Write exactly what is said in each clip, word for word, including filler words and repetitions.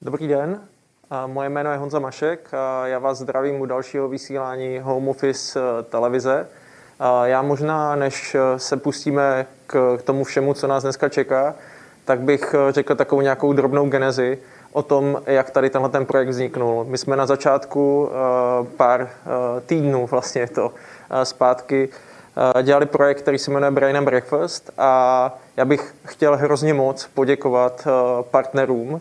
Dobrý den, moje jméno je Honza Mašek a já vás zdravím u dalšího vysílání Home Office televize. Já možná, než se pustíme k tomu všemu, co nás dneska čeká, tak bych řekl takovou nějakou drobnou genezi o tom, jak tady tenhle ten projekt vzniknul. My jsme na začátku pár týdnů vlastně to zpátky dělali projekt, který se jmenuje Brain and Breakfast, a já bych chtěl hrozně moc poděkovat partnerům,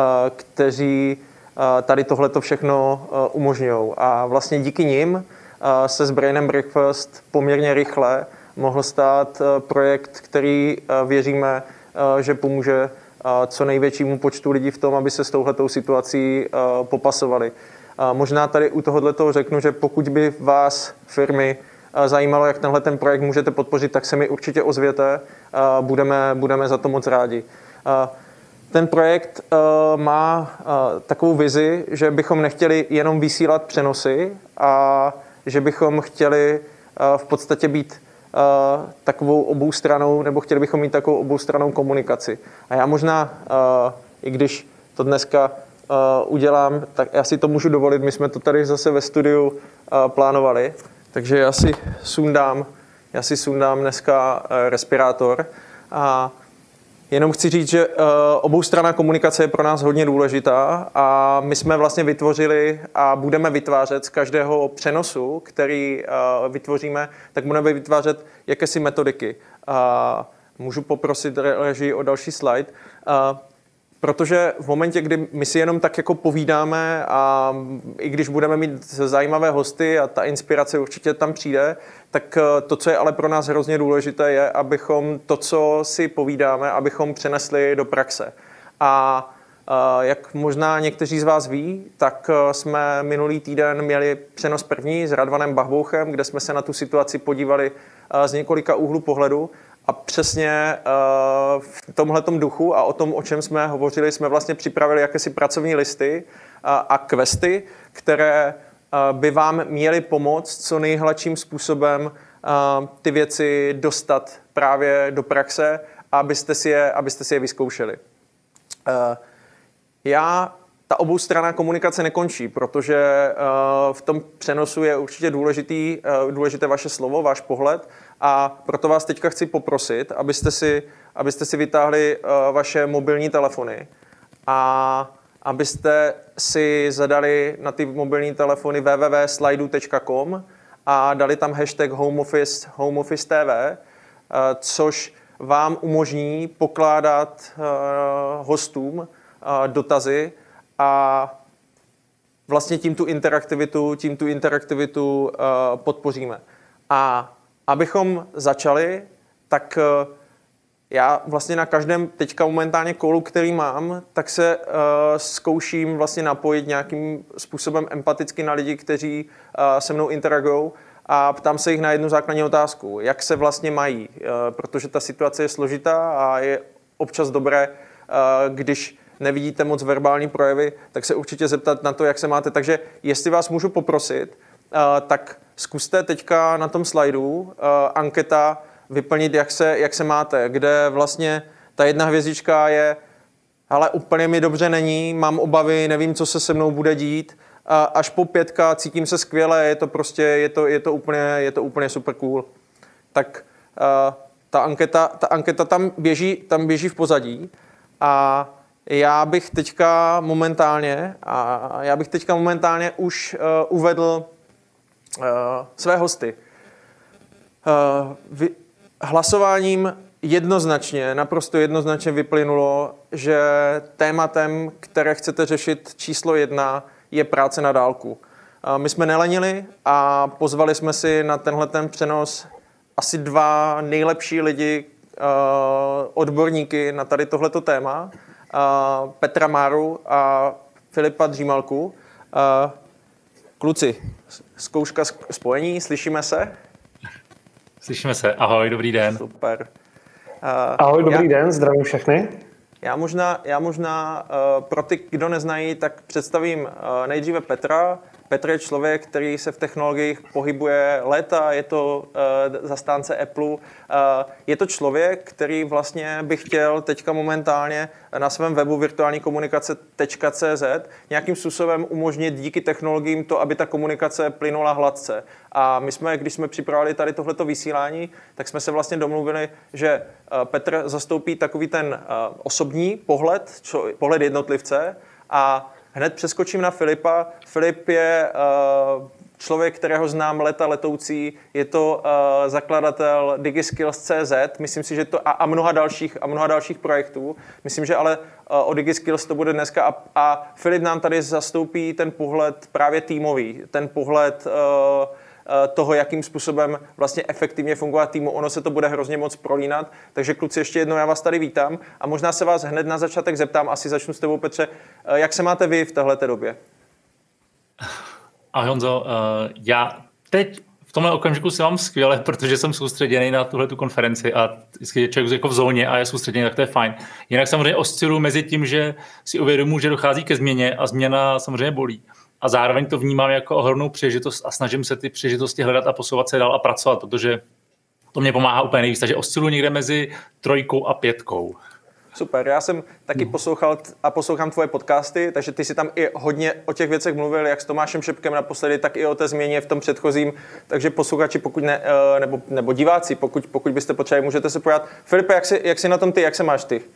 kteří tady tohleto všechno umožňují. A vlastně díky nim se z Brain and Breakfast poměrně rychle mohl stát projekt, který věříme, že pomůže co největšímu počtu lidí v tom, aby se s touhletou situací popasovali. Možná tady u tohoto řeknu, že pokud by vás firmy zajímalo, jak tenhle ten projekt můžete podpořit, tak se mi určitě ozvěte. Budeme, budeme za to moc rádi. Ten projekt má takovou vizi, že bychom nechtěli jenom vysílat přenosy a že bychom chtěli v podstatě být takovou oboustrannou, nebo chtěli bychom mít takovou oboustrannou komunikaci. A já možná, i když to dneska udělám, tak já si to můžu dovolit. My jsme to tady zase ve studiu plánovali, takže já si sundám, já si sundám dneska respirátor a jenom chci říct, že oboustranná komunikace je pro nás hodně důležitá a my jsme vlastně vytvořili a budeme vytvářet z každého přenosu, který vytvoříme, tak budeme vytvářet jakési metodiky. Můžu poprosit režii o další slide. Protože v momentě, kdy my si jenom tak jako povídáme a i když budeme mít zajímavé hosty a ta inspirace určitě tam přijde, tak to, co je ale pro nás hrozně důležité, je, abychom to, co si povídáme, abychom přenesli do praxe. A jak možná někteří z vás ví, tak jsme minulý týden měli přenos první s Radvanem Bachbouchem, kde jsme se na tu situaci podívali z několika úhlů pohledu. A přesně v tomhletom duchu a o tom, o čem jsme hovořili, jsme vlastně připravili jakési pracovní listy a questy, které by vám měly pomoct co nejhladším způsobem ty věci dostat právě do praxe, abyste si je, abyste si je vyzkoušeli. Já, ta oboustranná komunikace nekončí, protože v tom přenosu je určitě důležitý, důležité vaše slovo, váš pohled, a proto vás teďka chci poprosit, abyste si, abyste si vytáhli vaše mobilní telefony a abyste si zadali na ty mobilní telefony w w w tečka slido tečka com a dali tam hashtag HomeOffice, HomeOffice T V, což vám umožní pokládat hostům dotazy a vlastně tím tu interaktivitu, tím tu interaktivitu podpoříme. A abychom začali, tak já vlastně na každém teďka momentálně kolu, který mám, tak se uh, zkouším vlastně napojit nějakým způsobem empaticky na lidi, kteří uh, se mnou interagují, a ptám se jich na jednu základní otázku. Jak se vlastně mají? Uh, protože ta situace je složitá a je občas dobré, uh, když nevidíte moc verbální projevy, tak se určitě zeptat na to, jak se máte. Takže jestli vás můžu poprosit, uh, tak zkuste teďka na tom slajdu uh, anketa vyplnit, jak se, jak se máte, kde vlastně ta jedna hvězdička je, ale úplně mi dobře není, mám obavy, nevím, co se se mnou bude dít, a až po pětka cítím se skvěle, je to prostě, je to, je to úplně, je to úplně super cool. Tak uh, ta anketa, ta anketa tam běží, tam běží v pozadí a já bych teďka momentálně, a já bych teďka momentálně už uh, uvedl uh, své hosty. Uh, vy, Hlasováním jednoznačně, naprosto jednoznačně vyplynulo, že tématem, které chcete řešit číslo jedna, je práce na dálku. My jsme nelenili a pozvali jsme si na tenhle ten přenos asi dva nejlepší lidi, odborníky na tady tohleto téma, Petra Máru a Filipa Dřímalku. Kluci, zkouška spojení, slyšíme se? Slyšíme se. Ahoj, dobrý den. Super. Uh, Ahoj, dobrý já, den, zdravím všechny. Já možná, já možná uh, pro ty, kdo neznají, tak představím uh, nejdříve Petra. Petr je člověk, který se v technologiích pohybuje léta, je to uh, zastánce Apple. Uh, je to člověk, který vlastně by chtěl teďka momentálně na svém webu virtuální komunikace tečka cé zet nějakým způsobem umožnit díky technologiím to, aby ta komunikace plynula hladce. A my jsme, když jsme připravili tady tohleto vysílání, tak jsme se vlastně domluvili, že Petr zastoupí takový ten osobní pohled, čo, pohled jednotlivce a hned přeskočím na Filipa. Filip je člověk, kterého znám leta letoucí, je to uh, zakladatel digiskills tečka cé zet, myslím si, že to a, a mnoha dalších a mnoha dalších projektů. Myslím, že ale uh, o digiskills to bude dneska a, a Filip nám tady zastoupí ten pohled právě týmový, ten pohled uh, toho, jakým způsobem vlastně efektivně fungovat týmu. Ono se to bude hrozně moc prolínat, takže kluci, ještě jednou já vás tady vítám a možná se vás hned na začátek zeptám, asi začnu s tebou, Petře, jak se máte vy v téhleté době? Ahoj Honzo, já teď v tomhle okamžiku se mám skvěle, protože jsem soustředěný na tuhletu konferenci a vždycky je člověk jako v zóně a je soustředěný, tak to je fajn. Jinak samozřejmě osciluji mezi tím, že si uvědomuji, že dochází ke změně a změna samozřejmě bolí. A zároveň to vnímám jako ohromnou příležitost a snažím se ty příležitosti hledat a posouvat se dál a pracovat, protože to mě pomáhá úplně nejvíc. Takže osciluji někde mezi trojkou a pětkou. Super, já jsem taky poslouchal a poslouchám tvoje podcasty, takže ty si tam i hodně o těch věcech mluvil, jak s Tomášem Šepkem naposledy, tak i o té změně v tom předchozím, takže posluchači, pokud ne, nebo, nebo diváci, pokud, pokud byste potřebovali, můžete se pojat. Filipe, jak jsi, jak jsi na tom ty, jak se máš ty?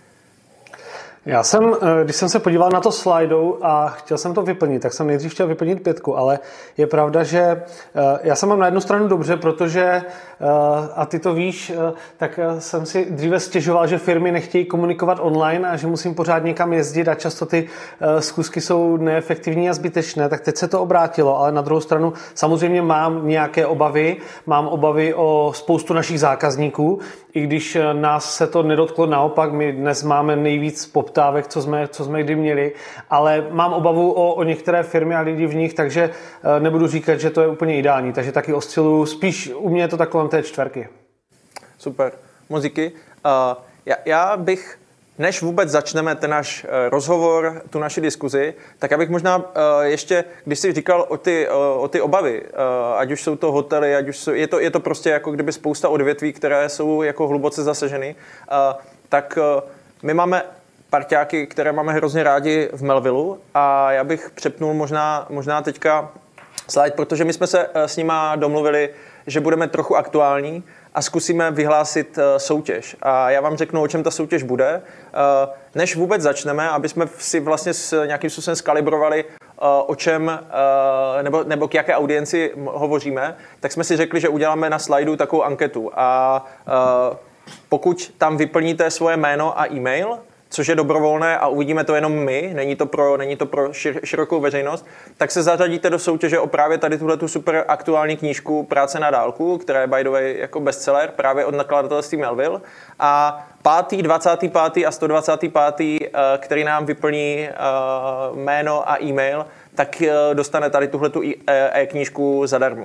Já jsem, když jsem se podíval na to slidou a chtěl jsem to vyplnit, tak jsem nejdřív chtěl vyplnit pětku, ale je pravda, že já jsem mám na jednu stranu dobře, protože, a ty to víš, tak jsem si dříve stěžoval, že firmy nechtějí komunikovat online a že musím pořád někam jezdit a často ty schůzky jsou neefektivní a zbytečné, tak teď se to obrátilo, ale na druhou stranu samozřejmě mám nějaké obavy, mám obavy o spoustu našich zákazníků, i když nás se to nedotklo, naopak, my dnes máme nejvíc poptávek, co jsme, co jsme kdy měli, ale mám obavu o, o některé firmy a lidi v nich, takže nebudu říkat, že to je úplně ideální, takže taky osciluju, spíš u mě je to tak kolem té čtverky. Super, moc díky. Uh, já, já bych, než vůbec začneme ten náš rozhovor, tu naši diskuzi, tak já bych možná uh, ještě, když jsi říkal o ty, uh, o ty obavy, uh, ať už jsou to hotely, ať už jsou, je to, je to prostě jako kdyby spousta odvětví, které jsou jako hluboce zasaženy, uh, tak uh, my máme parťáky, které máme hrozně rádi v Melvillu a já bych přepnul možná, možná teďka slide, protože my jsme se uh, s nima domluvili, že budeme trochu aktuální a zkusíme vyhlásit uh, soutěž. A já vám řeknu, o čem ta soutěž bude. Uh, než vůbec začneme, aby jsme si vlastně s nějakým způsobem skalibrovali, uh, o čem, uh, nebo, nebo k jaké audienci hovoříme, tak jsme si řekli, že uděláme na slajdu takovou anketu. A uh, pokud tam vyplníte svoje jméno a e-mail, což je dobrovolné a uvidíme to jenom my, není to pro, není to pro šir, širokou veřejnost, tak se zařadíte do soutěže o právě tady tuhletu super aktuální knížku Práce na dálku, která je by the way jako bestseller právě od nakladatelství Melville. A pátý, dvacátý pátý a sto dvacátý pátý, který nám vyplní jméno a e-mail, tak dostane tady tuhletu e-knížku zadarmo.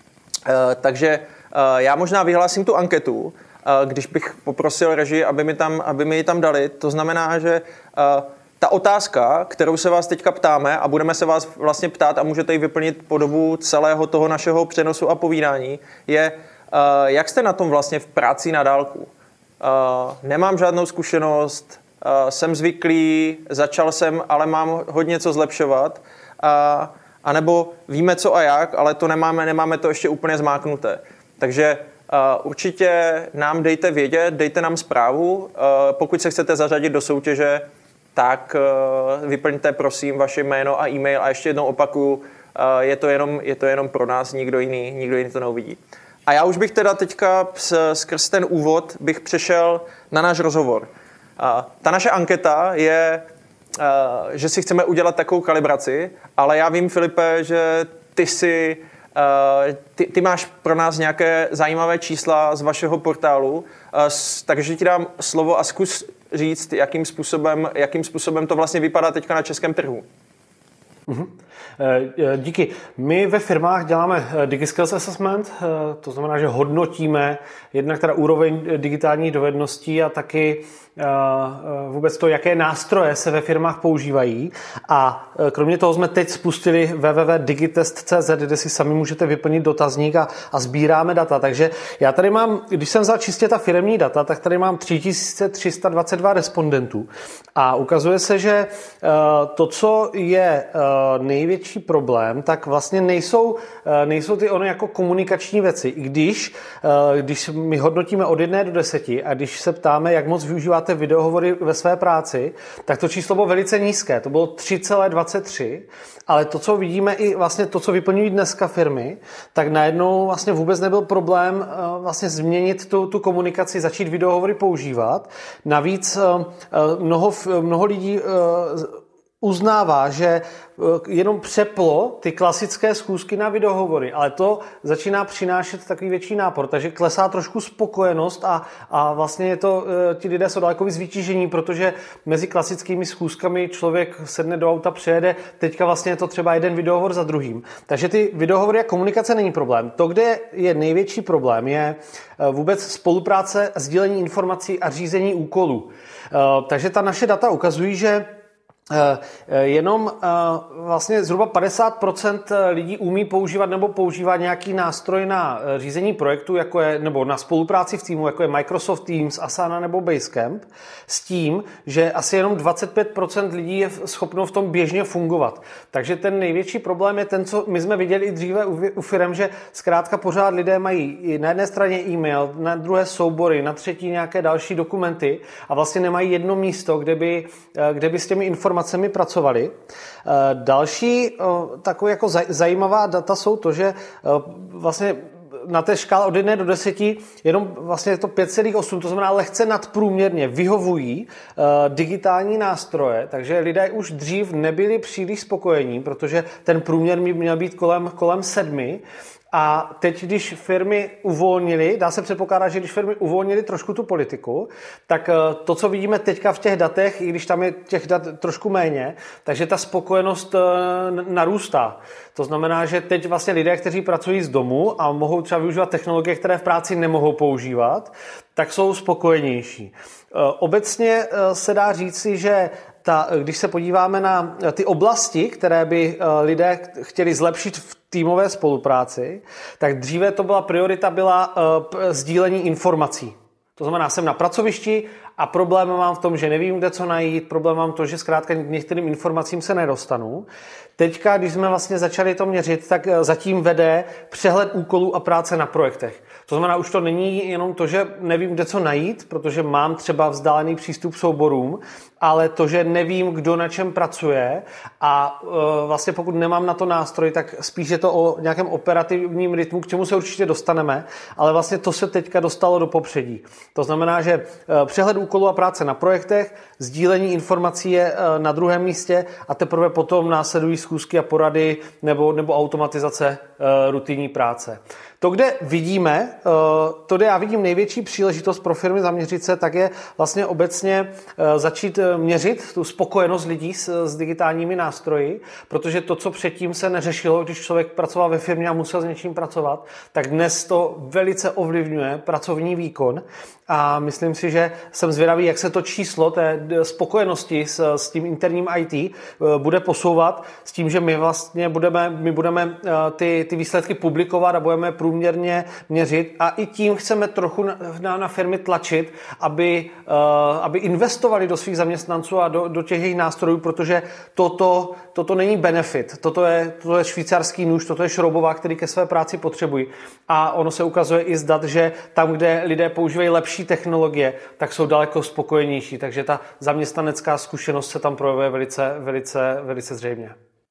Takže já možná vyhlásím tu anketu, když bych poprosil režii, aby mi tam, aby mi ji tam dali. To znamená, že uh, ta otázka, kterou se vás teďka ptáme a budeme se vás vlastně ptát a můžete ji vyplnit po dobu celého toho našeho přenosu a povídání, je, uh, jak jste na tom vlastně v práci na dálku. Uh, nemám žádnou zkušenost, uh, jsem zvyklý, začal jsem, ale mám hodně co zlepšovat. Uh, a nebo víme co a jak, ale to nemáme, nemáme to ještě úplně zmáknuté. Takže Uh, určitě nám dejte vědět, dejte nám zprávu. Uh, pokud se chcete zařadit do soutěže, tak uh, vyplňte prosím vaše jméno a e-mail a ještě jednou opakuju, uh, je to jenom, je to jenom pro nás, nikdo jiný, nikdo jiný to neuvidí. A já už bych teda teďka skrz ten úvod bych přešel na náš rozhovor. Uh, ta naše anketa je, uh, že si chceme udělat takovou kalibraci, ale já vím, Filipe, že ty si Uh, ty, ty máš pro nás nějaké zajímavé čísla z vašeho portálu, uh, s, takže ti dám slovo a zkus říct, jakým způsobem, jakým způsobem to vlastně vypadá teďka na českém trhu. Uh-huh. Díky. My ve firmách děláme DigiSkills Assessment, to znamená, že hodnotíme jednak teda úroveň digitálních dovedností a taky vůbec to, jaké nástroje se ve firmách používají. A kromě toho jsme teď spustili w w w tečka digitest tečka c z, kde si sami můžete vyplnit dotazník a, a sbíráme data. Takže já tady mám, když jsem vzal čistě ta firemní data, tak tady mám tři tisíce tři sta dvacet dva respondentů. A ukazuje se, že to, co je největší problém, tak vlastně nejsou, nejsou ty ono jako komunikační věci. I když, když my hodnotíme od jedné do deseti a když se ptáme, jak moc využíváte videohovory ve své práci, tak to číslo bylo velice nízké. To bylo tři celá dvacet tři, ale to, co vidíme i vlastně to, co vyplňují dneska firmy, tak najednou vlastně vůbec nebyl problém vlastně změnit tu, tu komunikaci, začít videohovory používat. Navíc mnoho, mnoho lidí uznává, že jenom přeplo ty klasické schůzky na videohovory, ale to začíná přinášet takový větší nápor, takže klesá trošku spokojenost a, a vlastně je to, ti lidé jsou daleko víc vytížení, protože mezi klasickými schůzkami člověk sedne do auta, přejede, teďka vlastně je to třeba jeden videohovor za druhým. Takže ty videohovory a komunikace není problém. To, kde je největší problém, je vůbec spolupráce, sdílení informací a řízení úkolů. Takže ta naše data ukazují, že jenom vlastně zhruba padesát procent lidí umí používat nebo používá nějaký nástroj na řízení projektu, jako je, nebo na spolupráci v týmu, jako je Microsoft Teams, Asana nebo Basecamp, s tím, že asi jenom dvacet pět procent lidí je schopno v tom běžně fungovat. Takže ten největší problém je ten, co my jsme viděli i dříve u firem, že zkrátka pořád lidé mají na jedné straně e-mail, na druhé soubory, na třetí nějaké další dokumenty a vlastně nemají jedno místo, kde by, kde by s těmi informacemi informacemi pracovali. Další taková jako zajímavá data jsou to, že vlastně na té škále od jedné do deseti jenom vlastně je to pět celá osm, to znamená lehce nadprůměrně vyhovují digitální nástroje, takže lidé už dřív nebyli příliš spokojení, protože ten průměr měl být kolem, kolem sedmi. A teď, když firmy uvolnily, dá se předpokládat, že když firmy uvolnily trošku tu politiku, tak to, co vidíme teďka v těch datech, i když tam je těch dat trošku méně, takže ta spokojenost narůstá. To znamená, že teď vlastně lidé, kteří pracují z domu a mohou třeba využívat technologie, které v práci nemohou používat, tak jsou spokojenější. Obecně se dá říci, že ta, když se podíváme na ty oblasti, které by lidé chtěli zlepšit v týmové spolupráci, tak dříve to byla priorita, byla uh, sdílení informací. To znamená, jsem na pracovišti a problém mám v tom, že nevím, kde co najít, problém mám to, že zkrátka k některým informacím se nedostanu. Teďka, když jsme vlastně začali to měřit, tak zatím vede přehled úkolů a práce na projektech. To znamená, už to není jenom to, že nevím, kde co najít, protože mám třeba vzdálený přístup k souborům, ale to, že nevím, kdo na čem pracuje a e, vlastně pokud nemám na to nástroj, tak spíš je to o nějakém operativním rytmu, k čemu se určitě dostaneme, ale vlastně to se teďka dostalo do popředí. To znamená, že e, přehled úkolů a práce na projektech, sdílení informací je e, na druhém místě a teprve potom následují schůzky a porady nebo, nebo automatizace e, rutinní práce. To, kde vidíme, to, kde já vidím největší příležitost pro firmy zaměřit se, tak je vlastně obecně začít měřit tu spokojenost lidí s, s digitálními nástroji, protože to, co předtím se neřešilo, když člověk pracoval ve firmě a musel s něčím pracovat, tak dnes to velice ovlivňuje pracovní výkon a myslím si, že jsem zvědavý, jak se to číslo té spokojenosti s, s tím interním í té bude posouvat s tím, že my vlastně budeme, my budeme ty, ty výsledky publikovat a budeme průměrně měřit a i tím chceme trochu na, na, na firmy tlačit, aby, uh, aby investovali do svých zaměstnanců a do, do těch jejich nástrojů, protože toto, toto není benefit, toto je, toto je švýcarský nůž, toto je šroubovák, který ke své práci potřebují. A ono se ukazuje i z dat, že tam, kde lidé používají lepší technologie, tak jsou daleko spokojenější, takže ta zaměstnanecká zkušenost se tam projevuje velice, velice, velice zřejmě.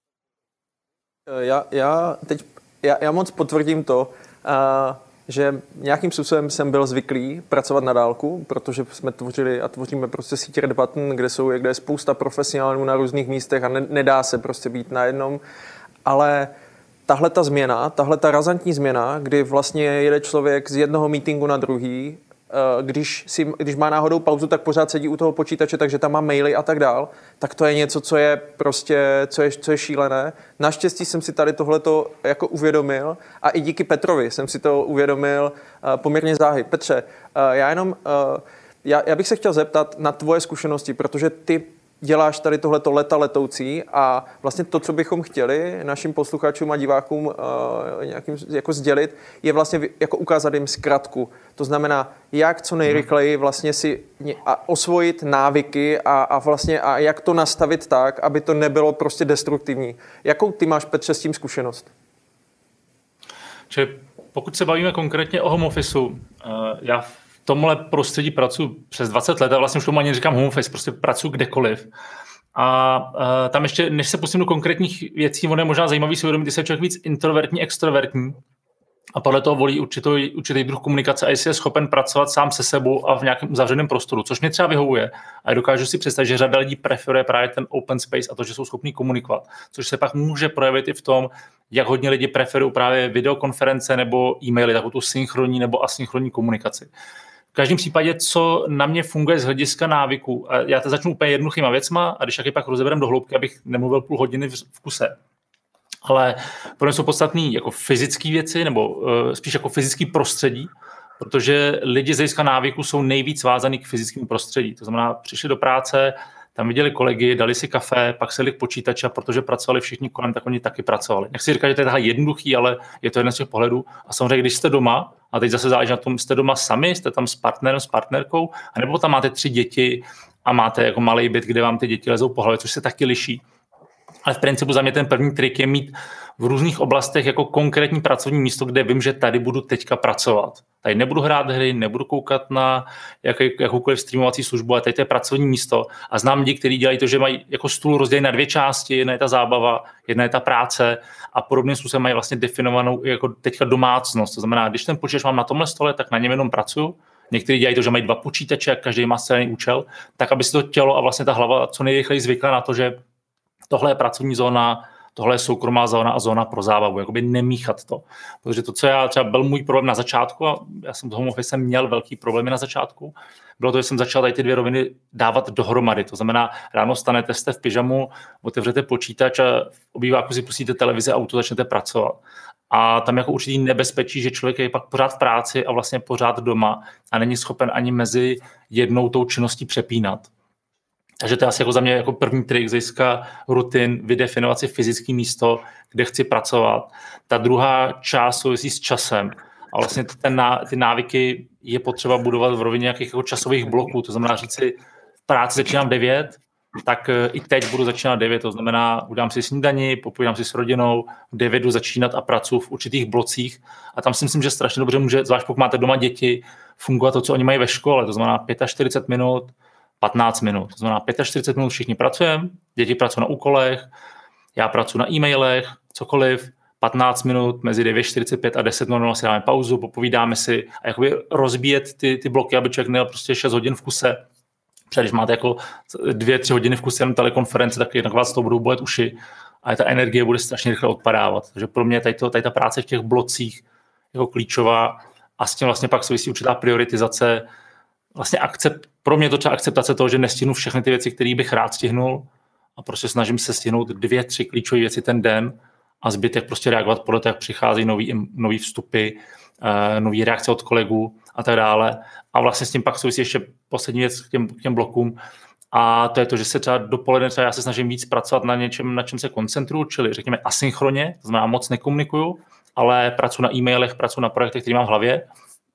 Já, já teď já, já moc potvrdím to, uh, že nějakým způsobem jsem byl zvyklý pracovat na dálku, protože jsme tvořili a tvoříme prostě síť Red Button, kde, jsou, kde je spousta profesionálů na různých místech a ne, nedá se prostě být na jednom, ale tahle ta změna, tahle ta razantní změna, kdy vlastně jede člověk z jednoho meetingu na druhý, Když, si, když má náhodou pauzu, tak pořád sedí u toho počítače, takže tam má maily a tak dál, tak to je něco, co je prostě, co je, co je šílené. Naštěstí jsem si tady tohleto jako uvědomil a i díky Petrovi jsem si to uvědomil poměrně záhy. Petře, já jenom já, já bych se chtěl zeptat na tvoje zkušenosti, protože ty děláš tady tohleto leta letoucí a vlastně to, co bychom chtěli našim posluchačům a divákům uh, nějakým jako sdělit, je vlastně jako ukázat jim zkratku. To znamená, jak co nejrychleji vlastně si a osvojit návyky a, a vlastně a jak to nastavit tak, aby to nebylo prostě destruktivní. Jakou ty máš, Petře, s tím zkušenost? Čili pokud se bavíme konkrétně o home officeu, uh, já v tomhle prostředí pracuji přes dvacet let a vlastně už tomu ani říkám home office, prostě pracuji kdekoliv. A uh, tam ještě, než se pustím do konkrétních věcí, ono je možná zajímavý si uvědomit, jestli je člověk víc introvertní, extrovertní a podle toho volí určitý, určitý druh komunikace a jestli je schopen pracovat sám se sebou a v nějakém uzavřeném prostoru, což mě třeba vyhovuje. A dokážu si představit, že řada lidí preferuje právě ten open space a to, že jsou schopní komunikovat, což se pak může projevit i v tom, jak hodně lidi preferují právě videokonference nebo e-maily, takovou tu synchronní nebo asynchronní komunikaci. V každém případě, co na mě funguje z hlediska návyků, já to začnu úplně jednoduchýma věcma a když taky pak rozeberem do hloubky, abych nemluvil půl hodiny v kuse. Ale pro mě jsou podstatné jako fyzické věci nebo uh, spíš jako fyzické prostředí, protože lidi z hlediska návyků jsou nejvíc vázaný k fyzickému prostředí. To znamená, přišli do práce, tam viděli kolegy, dali si kafe, pak sedli k počítači a protože pracovali všichni kolem, tak oni taky pracovali. Nechci říkat, že to je takhle jednoduchý, ale je to jeden z těch pohledů. A samozřejmě, když jste doma, a teď zase záleží na tom, jste doma sami, jste tam s partnerem, s partnerkou, anebo tam máte tři děti a máte jako malý byt, kde vám ty děti lezou po hlavě, což se taky liší. Ale v principu za mě ten první trik je mít v různých oblastech jako konkrétní pracovní místo, kde vím, že tady budu teďka pracovat. Tady nebudu hrát hry, nebudu koukat na jaký, jakoukoliv streamovací službu, ale tady to je pracovní místo. A znám lidi, kteří dělají to, že mají jako stůl rozdělený na dvě části, jedna je ta zábava, jedna je ta práce a podobným způsobem mají vlastně definovanou jako teďka domácnost. To znamená, když ten počítač mám na tomhle stole, tak na něm jenom pracuju. Někteří dělají to, že mají dva počítače, každý má stejný účel, tak aby si to tělo a vlastně ta hlava co nejrychleji zvykla na to, že tohle je pracovní zóna, tohle je soukromá zóna a zóna pro zábavu, jakoby nemíchat to. Protože to, co já třeba byl můj problém na začátku, a já jsem v home office měl velký problémy na začátku, bylo to, že jsem začal tady ty dvě roviny dávat dohromady. To znamená, ráno stanete, jste v pyžamu, otevřete počítač a v obýváku si pustíte televizi a auto začnete pracovat. A tam jako určitý nebezpečí, že člověk je pak pořád v práci a vlastně pořád doma a není schopen ani mezi jednou tou činností přepínat. Takže to je asi jako za mě jako první trik z hlediska rutin, vydefinovat si fyzické místo, kde chci pracovat. Ta druhá část souvisí s časem. A vlastně ten ná, ty návyky je potřeba budovat v rovině nějakých jako časových bloků. To znamená říct si, v práci začínám devět, tak i teď budu začínat devět. To znamená, udám si snídani, popovídám si s rodinou, v devět jdu začínat a pracuji v určitých blocích. A tam si myslím, že strašně dobře může, zvlášť pokud máte doma děti, fungovat to, co oni mají ve škole. To znamená čtyřicet pět minut, patnáct minut. To znamená čtyřicet pět minut všichni pracujeme, děti pracují na úkolech, já pracuji na e-mailech, cokoliv, patnáct minut mezi devět čtyřicet pět a deset minut si dáme pauzu, popovídáme si a jakoby rozbíjet ty, ty bloky, aby člověk měl prostě šest hodin v kuse. Protože když máte jako dvě, tři hodiny v kuse jenom telekonference, tak jednak vás to budou bolet uši a ta energie bude strašně rychle odpadávat. Takže pro mě tady, to, tady ta práce v těch blocích jako klíčová a s tím vlastně pak souvisí určitá prioritizace. Vlastně akcept, pro mě to třeba akceptace toho, že nestihnu všechny ty věci, které bych rád stihnul a prostě snažím se stihnout dvě, tři klíčové věci ten den a zbytek prostě reagovat podle toho, jak přichází nový, nový vstupy, uh, nový reakce od kolegů a tak dále. A vlastně s tím pak souvisí ještě poslední věc k těm, k těm blokům a to je to, že se třeba dopoledne třeba já se snažím víc pracovat na něčem, na čem se koncentruju, čili řekněme asynchronně, to znamená moc nekomunikuju, ale pracuji na e-mailech, pracuji na projektech, které mám v hlavě.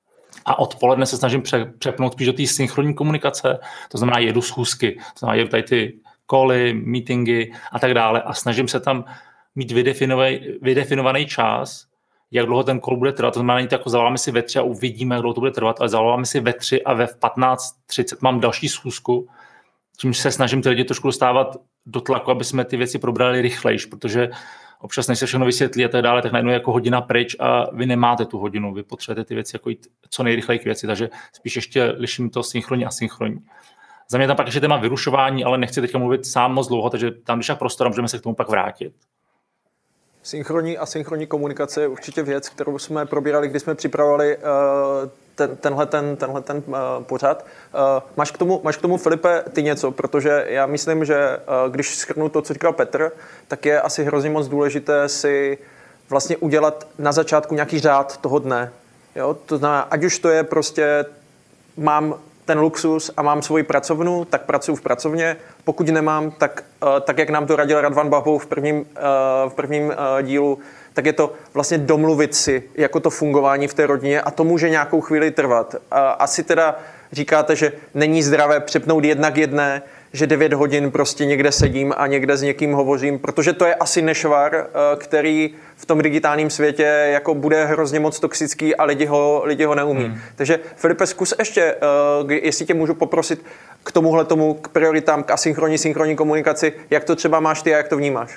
A odpoledne se snažím přepnout spíš do té synchronní komunikace, to znamená jedu schůzky, to znamená jedu tady ty cally, meetingy a tak dále a snažím se tam mít vydefinovaný, vydefinovaný čas, jak dlouho ten call bude trvat, to znamená, že jako zavoláme si ve tři a uvidíme, jak dlouho to bude trvat, ale zavoláme si ve tři a ve patnáct třicet mám další schůzku, čímž se snažím ty lidi trošku dostávat do tlaku, aby jsme ty věci probrali rychlejš, protože občas, než se všechno vysvětlí a tak dále, tak najednou jako hodina pryč a vy nemáte tu hodinu, vy potřebujete ty věci jako jít co nejrychleji k věci, takže spíš ještě liším to synchronní a asynchronní. Za mě tam pak ještě téma vyrušování, ale nechci teďka mluvit sám moc dlouho, takže tam, když tak prostor, můžeme se k tomu pak vrátit. Synchronní a asynchronní komunikace je určitě věc, kterou jsme probírali, když jsme připravovali uh, ten, tenhle ten, tenhle ten uh, pořad. Uh, máš, k tomu, máš k tomu, Filipe, ty něco, protože já myslím, že uh, když shrnu to, co říkal Petr, tak je asi hrozně moc důležité si vlastně udělat na začátku nějaký řád toho dne. Jo? To znamená, ať už to je prostě, mám ten luxus a mám svoji pracovnu, tak pracuji v pracovně. Pokud nemám, tak, tak jak nám to radil Radvan Babou v prvním, v prvním dílu, tak je to vlastně domluvit si, jako to fungování v té rodině a to může nějakou chvíli trvat. Asi teda říkáte, že není zdravé přepnout jednak jedné, že devět hodin prostě někde sedím a někde s někým hovořím, protože to je asi nešvar, který v tom digitálním světě jako bude hrozně moc toxický a lidi ho, lidi ho neumí. Hmm. Takže Filipe, zkus ještě, jestli tě můžu poprosit k tomuhle tomu, k prioritám, k asynchronní, synchronní komunikaci, jak to třeba máš ty a jak to vnímáš?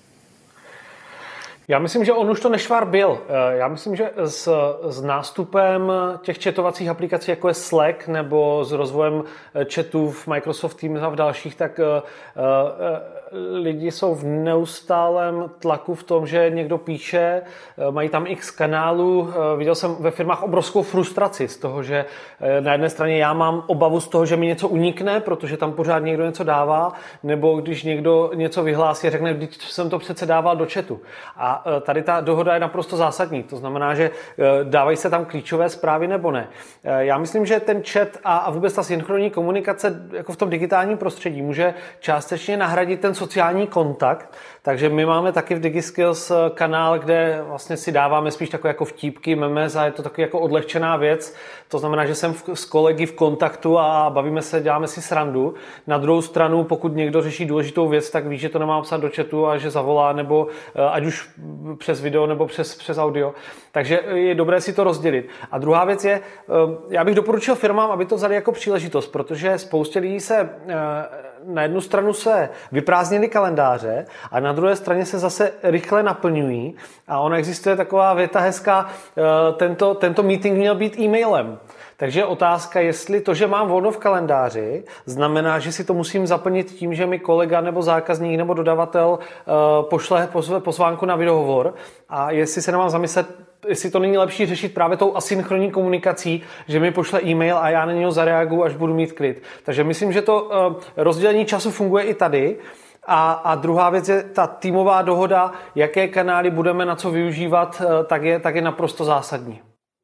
Já myslím, že on už to nešvar byl. Já myslím, že s, s nástupem těch chatovacích aplikací, jako je Slack, nebo s rozvojem chatů v Microsoft Teams a v dalších, tak uh, uh, lidi jsou v neustálém tlaku v tom, že někdo píše, mají tam x kanálů. Viděl jsem ve firmách obrovskou frustraci z toho, že na jedné straně já mám obavu z toho, že mi něco unikne, protože tam pořád někdo něco dává, nebo když někdo něco vyhlásí a řekne, když jsem to přece dával do chatu. A tady ta dohoda je naprosto zásadní. To znamená, že dávají se tam klíčové zprávy nebo ne. Já myslím, že ten chat a vůbec ta synchronní komunikace jako v tom digitálním prostředí může částečně nahradit ten sociální kontakt, takže my máme taky v DigiSkills kanál, kde vlastně si dáváme spíš takové jako vtípky, memes a je to taky jako odlehčená věc. To znamená, že jsem v, s kolegy v kontaktu a bavíme se, děláme si srandu. Na druhou stranu, pokud někdo řeší důležitou věc, tak ví, že to nemá psát do chatu a že zavolá, nebo ať už přes video nebo přes, přes audio. Takže je dobré si to rozdělit. A druhá věc je, já bych doporučil firmám, aby to vzali jako příležitost, protože spoustě lidí se na jednu stranu se vyprázdnily kalendáře a na druhé straně se zase rychle naplňují. A ona existuje taková věta hezká, tento, tento meeting měl být e-mailem. Takže je otázka, jestli to, že mám volno v kalendáři, znamená, že si to musím zaplnit tím, že mi kolega nebo zákazník nebo dodavatel pošle pozvánku na videohovor a jestli se nemám zamyslet, jestli to není lepší řešit právě tou asynchronní komunikací, že mi pošle e-mail a já na něho zareaguju, až budu mít klid. Takže myslím, že to rozdělení času funguje i tady. A, a druhá věc je ta týmová dohoda, jaké kanály budeme na co využívat, tak je, tak je naprosto zásadní.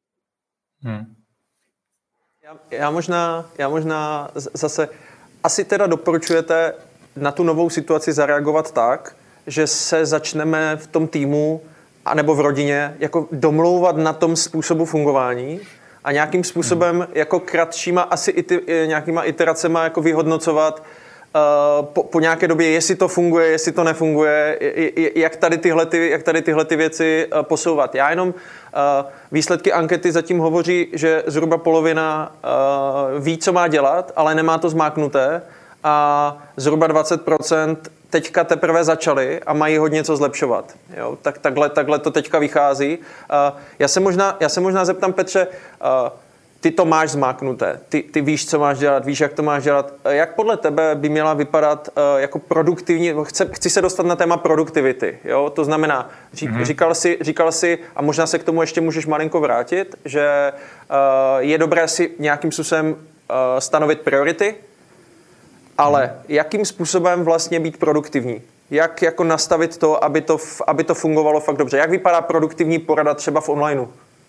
Hmm. Já, já, možná, já možná zase asi teda doporučujete na tu novou situaci zareagovat tak, že se začneme v tom týmu anebo v rodině jako domlouvat na tom způsobu fungování a nějakým způsobem hmm. jako kratšíma asi iti, nějakýma iteracema jako vyhodnocovat uh, po, po nějaké době, jestli to funguje, jestli to nefunguje, jak tady tyhle, ty, jak tady tyhle ty věci uh, posouvat. Já jenom uh, výsledky ankety zatím hovoří, že zhruba polovina uh, ví, co má dělat, ale nemá to zmáknuté a zhruba dvacet procent teďka teprve začali a mají hodně co zlepšovat. Jo? Tak, takhle, takhle to teďka vychází. Uh, já, se možná, já se možná zeptám, Petře, uh, ty to máš zmáknuté, ty, ty víš, co máš dělat, víš, jak to máš dělat. Jak podle tebe by měla vypadat uh, jako produktivní, chci, chci se dostat na téma produktivity, jo? To znamená, ří, mm-hmm. říkal, jsi, říkal jsi, a možná se k tomu ještě můžeš malinko vrátit, že uh, je dobré si nějakým způsobem uh, stanovit priority, ale jakým způsobem vlastně být produktivní? Jak jako nastavit to, aby to, aby to fungovalo fakt dobře? Jak vypadá produktivní porada třeba v onlineu?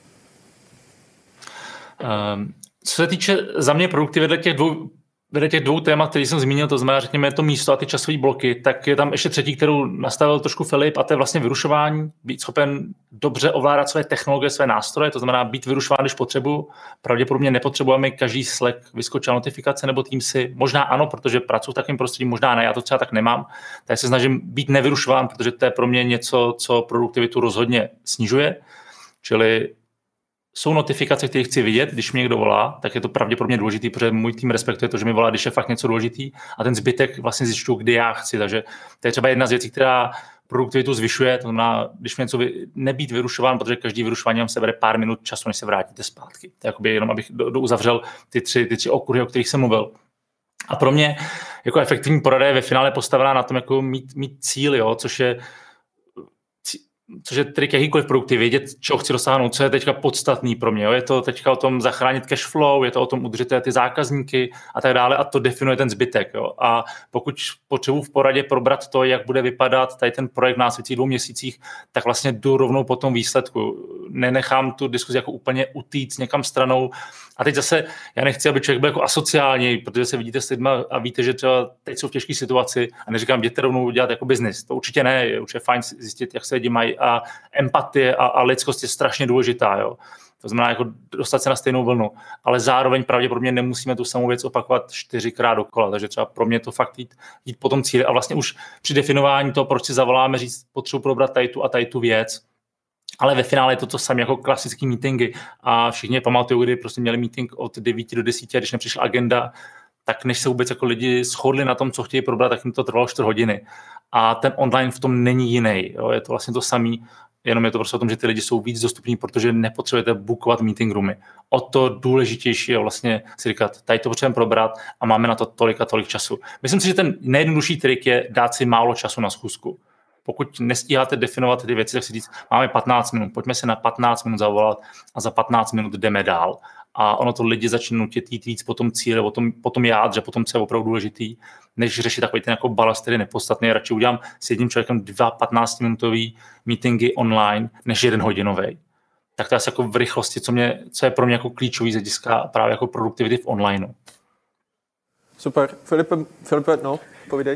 Um, co se týče za mě produktivity těch dvou, vedle těch dvou témat, které jsem zmínil, to znamená, řekněme, to místo a ty časové bloky, tak je tam ještě třetí, kterou nastavil trošku Filip, a to je vlastně vyrušování, být schopen dobře ovládat své technologie, své nástroje, to znamená být vyrušován, když potřebuji. Pravděpodobně nepotřebujeme každý Slack vyskočila notifikace nebo Teamsy. Možná ano, protože pracuji v takovém prostředí, možná ne, já to třeba tak nemám. Tak se snažím být nevyrušován, protože to je pro mě něco, co produktivitu rozhodně snižuje. Čili jsou notifikace, které chci vidět, když mě někdo volá, tak je to pravděpodobně důležitý, protože můj tým respektuje to, že mi volá, když je fakt něco důležitý, a ten zbytek vlastně zjišťuju, kdy já chci. Takže to je třeba jedna z věcí, která produktivitu zvyšuje, to znamená, když mě něco vy, nebýt vyrušován, protože každý vyrušování vám se bere pár minut času, než se vrátíte zpátky. To je jakoby jenom, abych do, do uzavřel ty tři, ty tři okruhy, o kterých jsem mluvil. A pro mě jako efektivní porada je ve finále postavená na tom, jako mít, mít cíl, jo, což je což je trik jakýkoliv produkty, vědět, čeho chci dosáhnout, co je teďka podstatný pro mě. Jo? Je to teďka o tom zachránit cash flow, je to o tom udržet ty zákazníky a tak dále a to definuje ten zbytek. Jo? A pokud potřebuji v poradě probrat to, jak bude vypadat tady ten projekt v následujících dvou měsících, tak vlastně jdu rovnou po tom výsledku. Nenechám tu diskuzi jako úplně utíct někam stranou. A teď zase, já nechci, aby člověk byl jako asociální, protože se vidíte s lidmi a víte, že třeba teď jsou v těžké situaci a neříkám, jděte rovnou dělat jako biznis. To určitě ne, je určitě fajn zjistit, jak se lidi mají a empatie a, a lidskost je strašně důležitá. Jo. To znamená jako dostat se na stejnou vlnu, ale zároveň pravděpodobně nemusíme tu samou věc opakovat čtyřikrát dokola, takže třeba pro mě to fakt jít, jít po tom cíli a vlastně už při definování toho, proč si zavoláme říct, potřebuji probrat tady tu a tady tu věc. Ale ve finále je to to samé jako klasické meetingy a všichni pamatují, kdy prostě měli meeting od devíti do desíti a když nepřišla agenda, tak než se vůbec jako lidi shodli na tom, co chtějí probrat, tak jim to trvalo čtyři hodiny. A ten online v tom není jiný. Jo? Je to vlastně to samý, jenom je to prostě o tom, že ty lidi jsou víc dostupní, protože nepotřebujete bookovat meeting roomy. O to důležitější je vlastně si říkat, tady to potřebujeme probrat a máme na to tolik a tolik času. Myslím si, že ten nejjednodušší trik je dát si málo času na schůzku. Pokud nestíháte definovat ty věci, tak si říct, máme patnáct minut, pojďme se na patnáct minut zavolat a za patnáct minut jdeme dál. A ono to lidi začne nutit jít víc po tom cíli, po tom, po tom jádře, po tom, co je opravdu důležitý, než řešit takový ten jako balast, který je nepodstatný. Radši udělám s jedním člověkem dva patnáctiminutový meetingy online, než jeden hodinový. Tak to je asi jako v rychlosti, co, mě, co je pro mě jako klíčový z hlediska právě jako produktivity v onlineu. Super. Filipe, Filipe no, povídej.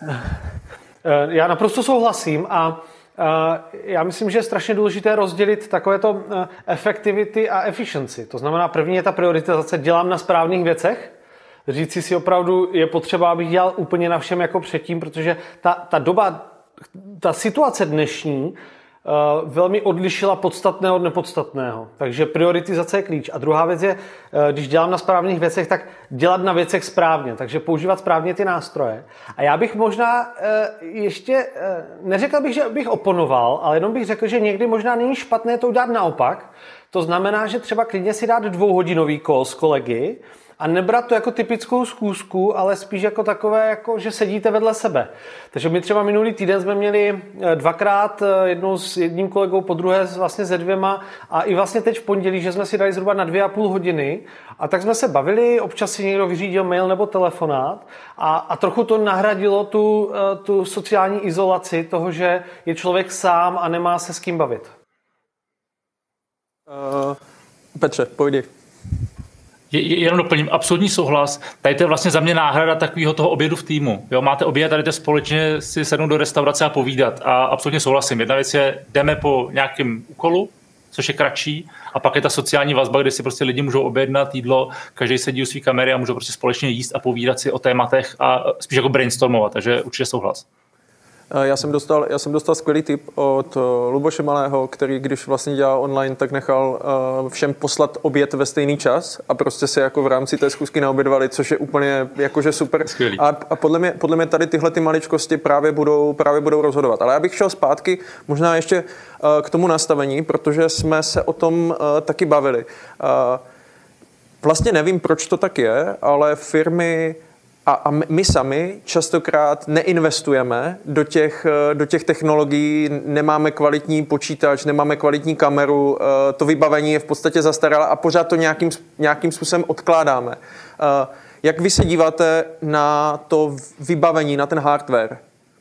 Já naprosto souhlasím a já myslím, že je strašně důležité rozdělit takovéto efektivity a efficiency. To znamená, první je ta prioritizace, dělám na správných věcech, říci si opravdu, je potřeba, abych dělal úplně na všem jako předtím, protože ta, ta doba, ta situace dnešní velmi odlišila podstatné od nepodstatného. Takže prioritizace je klíč. A druhá věc je, když dělám na správných věcech, tak dělat na věcech správně. Takže používat správně ty nástroje. A já bych možná ještě, neřekl bych, že bych oponoval, ale jenom bych řekl, že někdy možná není špatné to udělat naopak. To znamená, že třeba klidně si dát dvouhodinový call s kolegy a nebrat to jako typickou schůzku, ale spíš jako takové, jako, že sedíte vedle sebe. Takže my třeba minulý týden jsme měli dvakrát, jednou s jedním kolegou, po druhé vlastně se dvěma a i vlastně teď v pondělí, že jsme si dali zhruba na dvě a půl hodiny a tak jsme se bavili, občas si někdo vyřídil mail nebo telefonát a, a trochu to nahradilo tu, tu sociální izolaci toho, že je člověk sám a nemá se s kým bavit. Uh, Petře, povídej. Jenom doplním, absolutní souhlas. Tady to je vlastně za mě náhrada takového toho obědu v týmu. Jo, máte oběd, tady to společně si sednout do restaurace a povídat. A absolutně souhlasím. Jedna věc je, jdeme po nějakém úkolu, což je kratší, a pak je ta sociální vazba, kde si prostě lidi můžou objednat jídlo, každý sedí u své kamery a můžou prostě společně jíst a povídat si o tématech a spíš jako brainstormovat, takže určitě souhlas. Já jsem dostal, já jsem dostal skvělý tip od Luboše Malého, který když vlastně dělal online, tak nechal všem poslat oběd ve stejný čas a prostě se jako v rámci té schůzky naobědvali, což je úplně jakože super. A, a podle mě, podle mě tady tyhle ty maličkosti právě budou, právě budou rozhodovat. Ale já bych šel zpátky možná ještě k tomu nastavení, protože jsme se o tom taky bavili. Vlastně nevím, proč to tak je, ale firmy A, a my sami častokrát neinvestujeme do těch, do těch technologií, nemáme kvalitní počítač, nemáme kvalitní kameru, to vybavení je v podstatě zastaralé a pořád to nějakým, nějakým způsobem odkládáme. Jak vy se díváte na to vybavení, na ten hardware?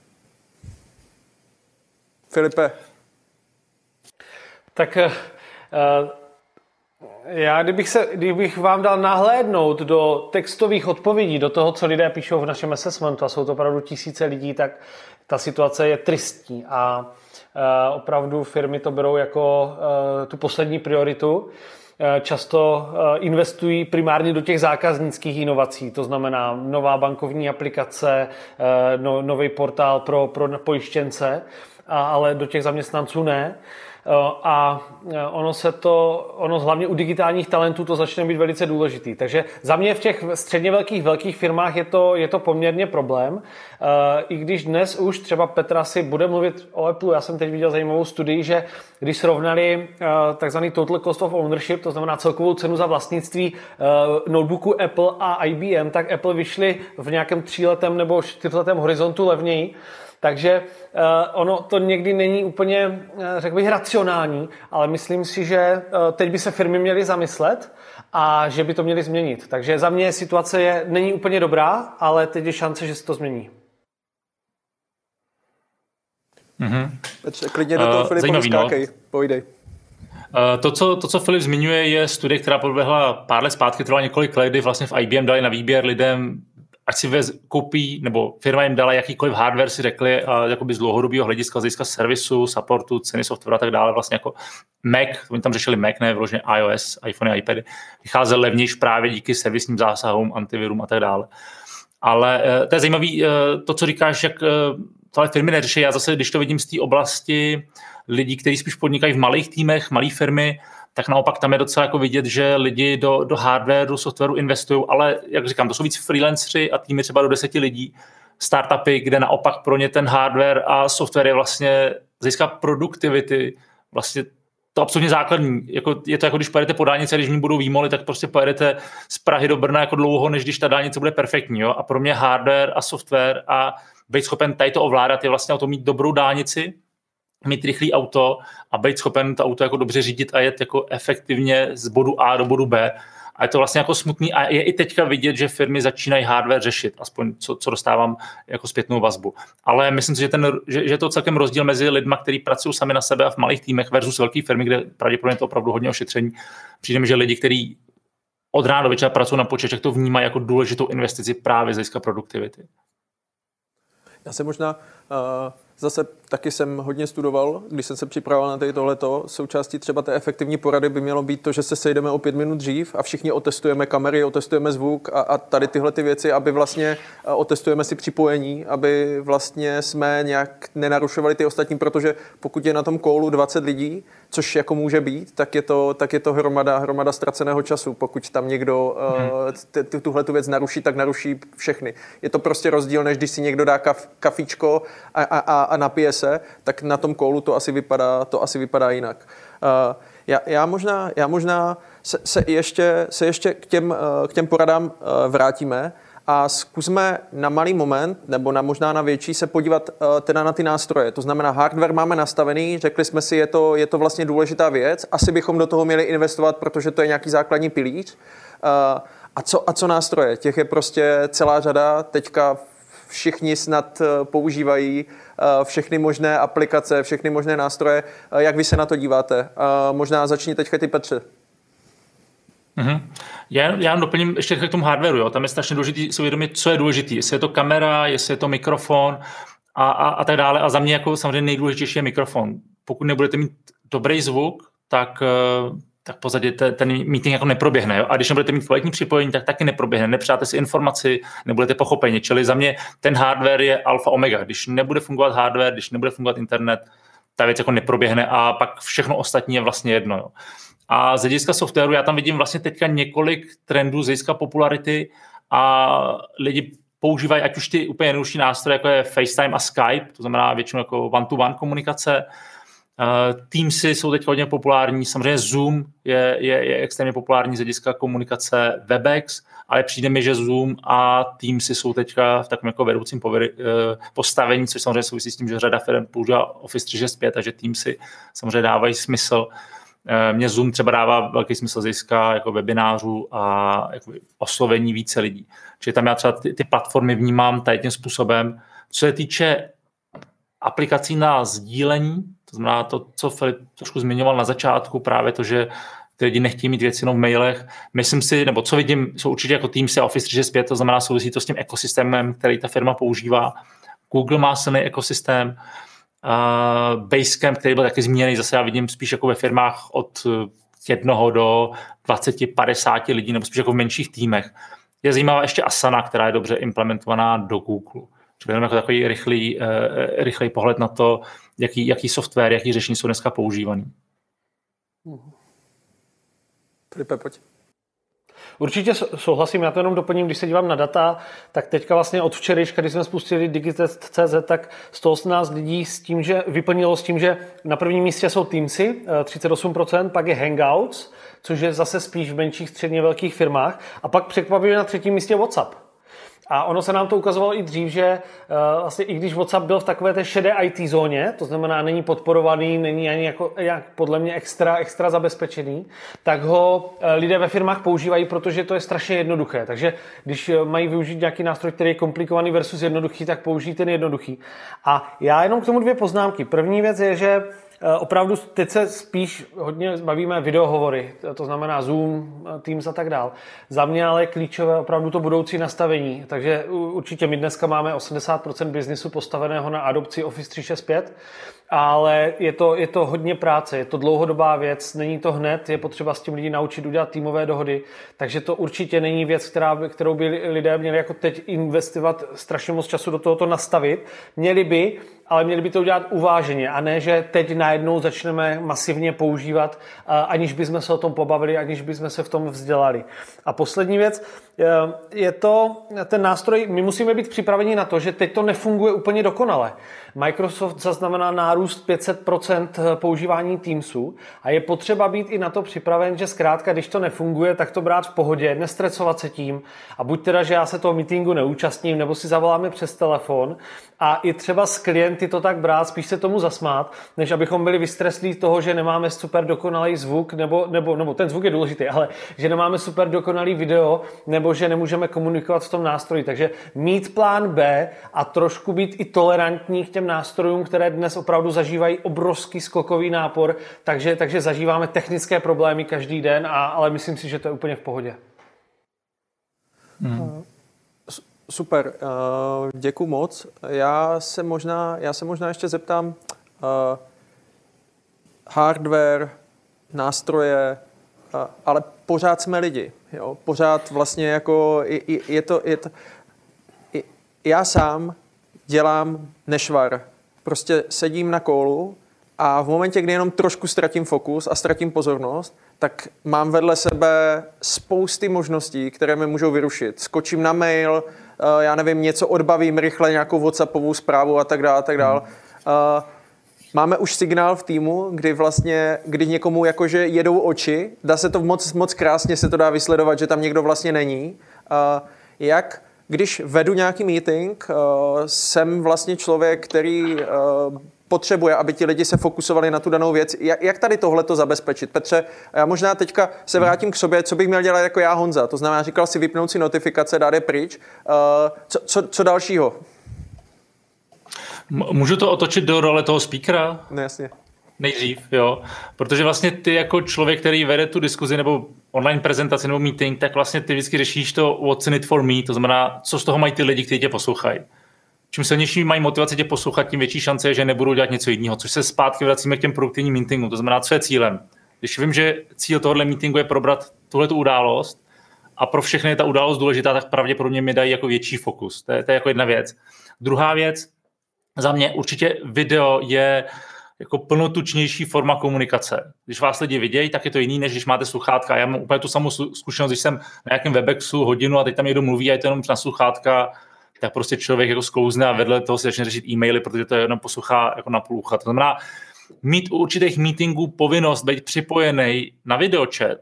Filipe? Tak... Uh... Já, kdybych, se, kdybych vám dal nahlédnout do textových odpovědí, do toho, co lidé píšou v našem assessmentu, a jsou to opravdu tisíce lidí, tak ta situace je tristní a uh, opravdu firmy to berou jako uh, tu poslední prioritu. Uh, často uh, investují primárně do těch zákaznických inovací, to znamená nová bankovní aplikace, uh, no, nový portál pro, pro pojištěnce, a, ale do těch zaměstnanců ne. A ono se to, ono hlavně u digitálních talentů to začne být velice důležitý. Takže za mě v těch středně velkých, velkých firmách je to, je to poměrně problém. I když dnes už třeba Petra si bude mluvit o Apple, já jsem teď viděl zajímavou studii, že když srovnali takzvaný total cost of ownership, to znamená celkovou cenu za vlastnictví notebooku Apple a I B M, tak Apple vyšli v nějakém tříletém nebo čtyřletém horizontu levněji. Takže uh, ono to někdy není úplně, uh, řekl bych, racionální, ale myslím si, že uh, teď by se firmy měly zamyslet a že by to měly změnit. Takže za mě situace je, není úplně dobrá, ale teď je šance, že se to změní. Mm-hmm. Petře, klidně do toho, uh, Filipovi, skákej, no. Pojdej. Uh, to, co, to, co Filip zmiňuje, je studie, která proběhla pár let zpátky, trvala několik let, kdy vlastně v I B M dali na výběr lidem, ať si vez, koupí, nebo firma jim dala jakýkoliv hardware, si řekli, uh, jakoby z dlouhodobého hlediska, z hlediska servisu, supportu, ceny softwaru a tak dále, vlastně jako Mac, oni tam řešili Mac, ne vyloženě iOS, iPhone, iPady, vycházel levnější právě díky servisním zásahům, antivirům a tak dále. Ale uh, to je zajímavý, uh, to, co říkáš, jak uh, tohle firmy neřeší. Já zase, když to vidím z té oblasti lidí, kteří spíš podnikají v malých týmech, malé firmy, tak naopak tam je docela jako vidět, že lidi do, do hardwareu, softwaru investují, ale jak říkám, to jsou víc freelanceri a týmy třeba do deseti lidí, startupy, kde naopak pro ně ten hardware a software je vlastně z hlediska produktivity vlastně to absolutně základní. Jako, je to jako když pojedete po dálnici, když v ní budou výmoly, tak prostě pojedete z Prahy do Brna jako dlouho, než když ta dálnice bude perfektní. Jo? A pro mě hardware a software a být schopen tady to ovládat je vlastně o to mít dobrou dálnici, mít rychlý auto a být schopen to auto jako dobře řídit a jet jako efektivně z bodu A do bodu B. A je to vlastně jako smutný a je i teďka vidět, že firmy začínají hardware řešit, aspoň co, co dostávám jako zpětnou vazbu. Ale myslím si, že, ten, že, že je to celkem rozdíl mezi lidma, kteří pracují sami na sebe a v malých týmech versus velké firmy, kde pravděpodobně to opravdu hodně ošetření. Přijde mi, že lidi, kteří od rána do večera pracují na počítačích, to vnímají jako důležitou investici právě z hlediska produktivity. Já se možná uh, zase taky jsem hodně studoval, když jsem se připravoval na tady tohleto. Součástí třeba té efektivní porady by mělo být to, že se sejdeme o pět minut dřív a všichni otestujeme kamery, otestujeme zvuk a, a tady tyhle ty věci, aby vlastně otestujeme si připojení, aby vlastně jsme nějak nenarušovali ty ostatní, protože pokud je na tom callu dvacet lidí, což jako může být, tak je to, tak je to hromada, hromada ztraceného času. Pokud tam někdo hmm. uh, tuhle tu věc naruší, tak naruší všechny. Je to prostě rozdíl, než když si někdo dá kaf, kafíčko a, a, a napije se, tak na tom callu to asi vypadá, to asi vypadá jinak. Uh, já, já možná, já možná se, se ještě, se ještě k, těm, uh, k těm poradám uh, vrátíme a zkusme na malý moment, nebo na možná na větší, se podívat uh, teda na ty nástroje. To znamená, hardware máme nastavený, řekli jsme si, je to, je to vlastně důležitá věc, asi bychom do toho měli investovat, protože to je nějaký základní pilíř. Uh, a, co, a co nástroje? Těch je prostě celá řada, teďka všichni snad používají všechny možné aplikace, všechny možné nástroje. Jak vy se na to díváte? Možná začni teďka ty, Petře. Mm-hmm. Já, já doplním ještě k tomu hardwareu. Jo. Tam je strašně důležité si uvědomit, co je důležité. Jestli je to kamera, jestli je to mikrofon a, a, a tak dále. A za mě jako samozřejmě nejdůležitější je mikrofon. Pokud nebudete mít dobrý zvuk, tak... tak v podstatě ten meeting jako neproběhne. Jo? A když nebudete mít kvalitní připojení, tak taky neproběhne. Nepřáte si informaci, nebudete pochopeni. Čili za mě ten hardware je alfa omega. Když nebude fungovat hardware, když nebude fungovat internet, ta věc jako neproběhne a pak všechno ostatní je vlastně jedno. Jo? A z hlediska softwaru já tam vidím vlastně teďka několik trendů z hlediska popularity a lidi používají ať už ty úplně jednodušší nástroje, jako je FaceTime a Skype, to znamená většinou jako one-to-one komunikace. Uh, Teamsy jsou teď hodně populární, samozřejmě Zoom je, je, je extrémně populární z hlediska komunikace, Webex, ale přijde mi, že Zoom a Teamsy jsou teďka v takovém jako vedoucím poveri, uh, postavení, což samozřejmě souvisí s tím, že řada firm používá Office tři šedesát pět, takže Teamsy samozřejmě dávají smysl. Uh, Mně Zoom třeba dává velký smysl z hlediska jako webinářů a jako oslovení více lidí. Čili tam já třeba ty, ty platformy vnímám tady tím způsobem. Co se týče aplikací na sdílení, to znamená to, co Filip trošku zmiňoval na začátku, právě to, že ty lidi nechtějí mít věci jenom v mailech. Myslím si, nebo co vidím, jsou určitě jako Teams a Office tři šedesát pět, to znamená souvisí to s tím ekosystémem, který ta firma používá. Google má silný ekosystém, uh, Basecamp, který byl taky zmíněný, zase já vidím spíš jako ve firmách od jednoho do dvacet padesát lidí, nebo spíš jako v menších týmech. Je zajímavá ještě Asana, která je dobře implementovaná do Google. Čili jenom jako takový rychlý, uh, rychlý pohled na to, jaký, jaký software, jaký řešení jsou dneska používaný. Filipe, pojď. Určitě souhlasím, já to jenom doplním, když se dívám na data, tak teďka vlastně od včerejška, když jsme spustili Digitest tečka cé zet, tak sto osmnáct lidí s tím, že vyplnilo s tím, že na prvním místě jsou Teamsy, třicet osm procent, pak je Hangouts, což je zase spíš v menších středně velkých firmách, a pak překvapivě na třetím místě WhatsApp. A ono se nám to ukazovalo i dřív, že uh, vlastně i když WhatsApp byl v takové té šedé í té zóně, to znamená není podporovaný, není ani jako, jak podle mě extra, extra zabezpečený, tak ho uh, lidé ve firmách používají, protože to je strašně jednoduché. Takže když mají využít nějaký nástroj, který je komplikovaný versus jednoduchý, tak použijí ten jednoduchý. A já jenom k tomu dvě poznámky. První věc je, že opravdu teď se spíš hodně bavíme videohovory, to znamená Zoom, Teams a tak dál. Za mě ale klíčové opravdu to budoucí nastavení, takže určitě my dneska máme osmdesát procent biznisu postaveného na adopci Office tři šest pět, ale je to, je to hodně práce, je to dlouhodobá věc, není to hned, je potřeba s tím lidi naučit udělat týmové dohody, takže to určitě není věc, která by, kterou by lidé měli jako teď investovat strašně moc času do tohoto nastavit. Měli by, ale měli by to udělat uváženě a ne, že teď najednou začneme masivně používat, aniž bychom se o tom pobavili, aniž bychom se v tom vzdělali. A poslední věc, je to ten nástroj, my musíme být připraveni na to, že teď to nefunguje úplně dokonale. Microsoft zaznamená nárůst pět set procent používání Teamsu a je potřeba být i na to připraven, že zkrátka, když to nefunguje, tak to brát v pohodě, nestresovat se tím a buď teda, že já se toho meetingu neúčastním, nebo si zavoláme přes telefon a i třeba s klienty to tak brát, spíš se tomu zasmát, než abychom byli vystreslí toho, že nemáme super dokonalý zvuk, nebo, nebo, nebo ten zvuk je důležitý, ale že nemáme super dokonalý video, nebo že nemůžeme komunikovat v tom nástroji. Takže mít plán B a trošku být i tolerantní k těm nástrojům, které dnes opravdu zažívají obrovský skokový nápor, takže, takže zažíváme technické problémy každý den, a, ale myslím si, že to je úplně v pohodě. Hmm. Super, děkuju moc. Já se možná, já se možná ještě zeptám, uh, hardware, nástroje, uh, ale pořád jsme lidi. Jo? Pořád vlastně jako je, je to, je to je, já sám dělám nešvar. Prostě sedím na kolu a v momentě, kdy jenom trošku ztratím fokus a ztratím pozornost, tak mám vedle sebe spousty možností, které mi můžou vyrušit. Skočím na mail, já nevím, něco odbavím rychle, nějakou WhatsAppovou zprávu a tak dále, a tak dále. Hmm. Máme už signál v týmu, kdy vlastně, kdy někomu jakože jedou oči, dá se to moc, moc krásně se to dá vysledovat, že tam někdo vlastně není. Jak, když vedu nějaký meeting, jsem vlastně člověk, který potřebuje, aby ti lidi se fokusovali na tu danou věc. Jak, jak tady tohleto zabezpečit? Petře, já možná teďka se vrátím k sobě, co bych měl dělat jako já, Honza. To znamená, říkal si vypnout si notifikace, dát je pryč. Co, co, co dalšího? Můžu to otočit do role toho speakera? No jasně. Nejdřív, jo. Protože vlastně ty jako člověk, který vede tu diskuzi nebo online prezentaci nebo meeting, tak vlastně ty vždycky řešíš to what's in it for me, to znamená, co z toho mají ty lidi, kteří tě poslouchají. Čím silnější mají motivaci tě poslouchat, tím větší šance je, že nebudou dělat něco jiného, což se zpátky vracíme k těm produktivním meetingům, to znamená, co je cílem. Když vím, že cíl tohoto meetingu je probrat tuhletu událost a pro všechny je ta událost důležitá, tak pravděpodobně mi dají jako větší fokus. To je, to je jako jedna věc. Druhá věc, za mě určitě video je jako plnotučnější forma komunikace. Když vás lidi vidějí, tak je to jiný, než když máte sluchátka. Já mám úplně tu samou zkušenost, když jsem na nějakém Webexu hodinu a teď tam někdo mluví a je to jenom na sluchátka, tak prostě člověk jako sklouzne a vedle toho se začne řešit e-maily, protože to je jenom poslouchá jako na půl ucha. To znamená, mít u určitých meetingů povinnost být připojený na videočet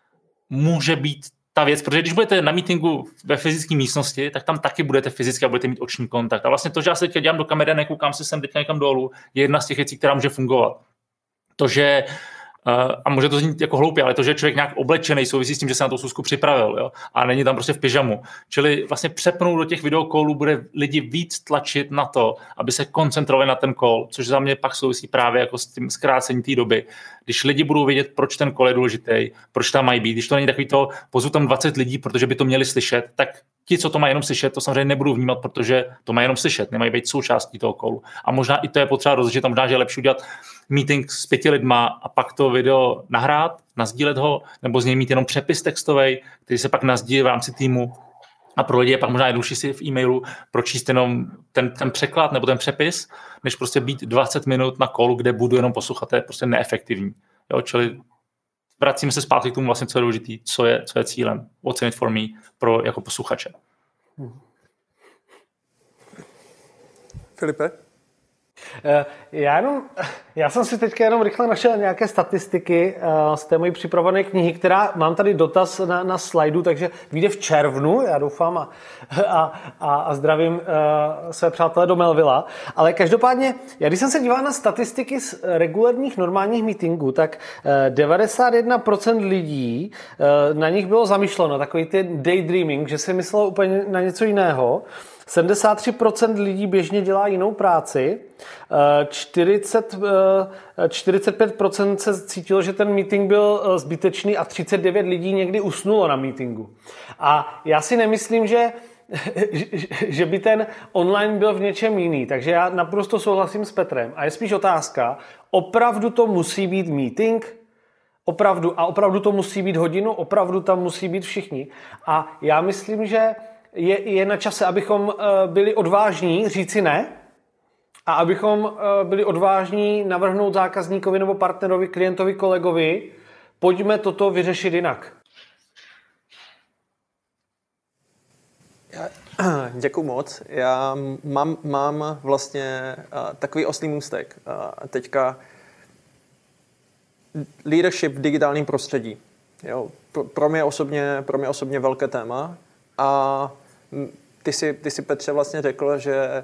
může být ta věc, protože když budete na meetingu ve fyzické místnosti, tak tam taky budete fyzicky a budete mít oční kontakt. A vlastně to, že já se teď dělám do kamery a nekoukám se sem teď někam dolů, je jedna z těch věcí, která může fungovat. To, že Uh, a může to znít jako hloupě, ale to, že je člověk nějak oblečený, souvisí s tím, že se na tu schůzku připravil, jo? A není tam prostě v pyžamu. Čili vlastně přepnout do těch videokólů bude lidi víc tlačit na to, aby se koncentrovali na ten call, což za mě pak souvisí právě jako s tím zkrácením té doby. Když lidi budou vědět, proč ten call je důležitý, proč tam mají být, když to není takový to, pozvu tam dvacet lidí, protože by to měli slyšet, tak ti, co to mají jenom slyšet, to samozřejmě nebudou vnímat, protože to mají jenom slyšet, nemají být součástí toho callu. A možná i to je potřeba rozlišit, a možná, že je lepší udělat meeting s pěti lidma a pak to video nahrát, nasdílet ho, nebo z něj mít jenom přepis textový, který se pak nasdílí v rámci týmu. A pro lidi je pak možná jednodušší si v e-mailu pročíst jenom ten, ten překlad nebo ten přepis, než prostě být dvacet minut na callu, kde budu jenom poslouchat, to je prostě neefektivní. Jo, čili vracíme se zpátky k tomu vlastně, co je důležitý, co je, co je cílem, what's in it for me pro jako posluchače. Filipe? Já, jenom, já jsem si teďka jenom rychle našel nějaké statistiky z té mojí připravené knihy, která mám tady dotaz na, na slajdu, takže vyjde v červnu, já doufám, a, a, a zdravím uh, své přátelé do Melvilla. Ale každopádně, já když jsem se díval na statistiky z regulárních normálních meetingů, tak uh, devadesát jedna procent lidí uh, na nich bylo zamýšleno, takový ty daydreaming, že si myslelo úplně na něco jiného. sedmdesát tři procent lidí běžně dělá jinou práci, čtyřicet, čtyřicet pět procent se cítilo, že ten meeting byl zbytečný a třicet devět lidí někdy usnulo na meetingu. A já si nemyslím, že, že by ten online byl v něčem jiný, takže já naprosto souhlasím s Petrem. A je spíš otázka, opravdu to musí být meeting? Opravdu. A opravdu to musí být hodinu? Opravdu tam musí být všichni? A já myslím, že Je, je na čase, abychom uh, byli odvážní říci ne a abychom uh, byli odvážní navrhnout zákazníkovi nebo partnerovi, klientovi, kolegovi, pojďme toto vyřešit jinak. Já, děkuju moc. Já mám, mám vlastně uh, takový oslý můstek. Uh, teďka leadership v digitálním prostředí. Jo, pro, pro, mě osobně, pro mě osobně velké téma. A ty si, ty si Petře vlastně řekl, že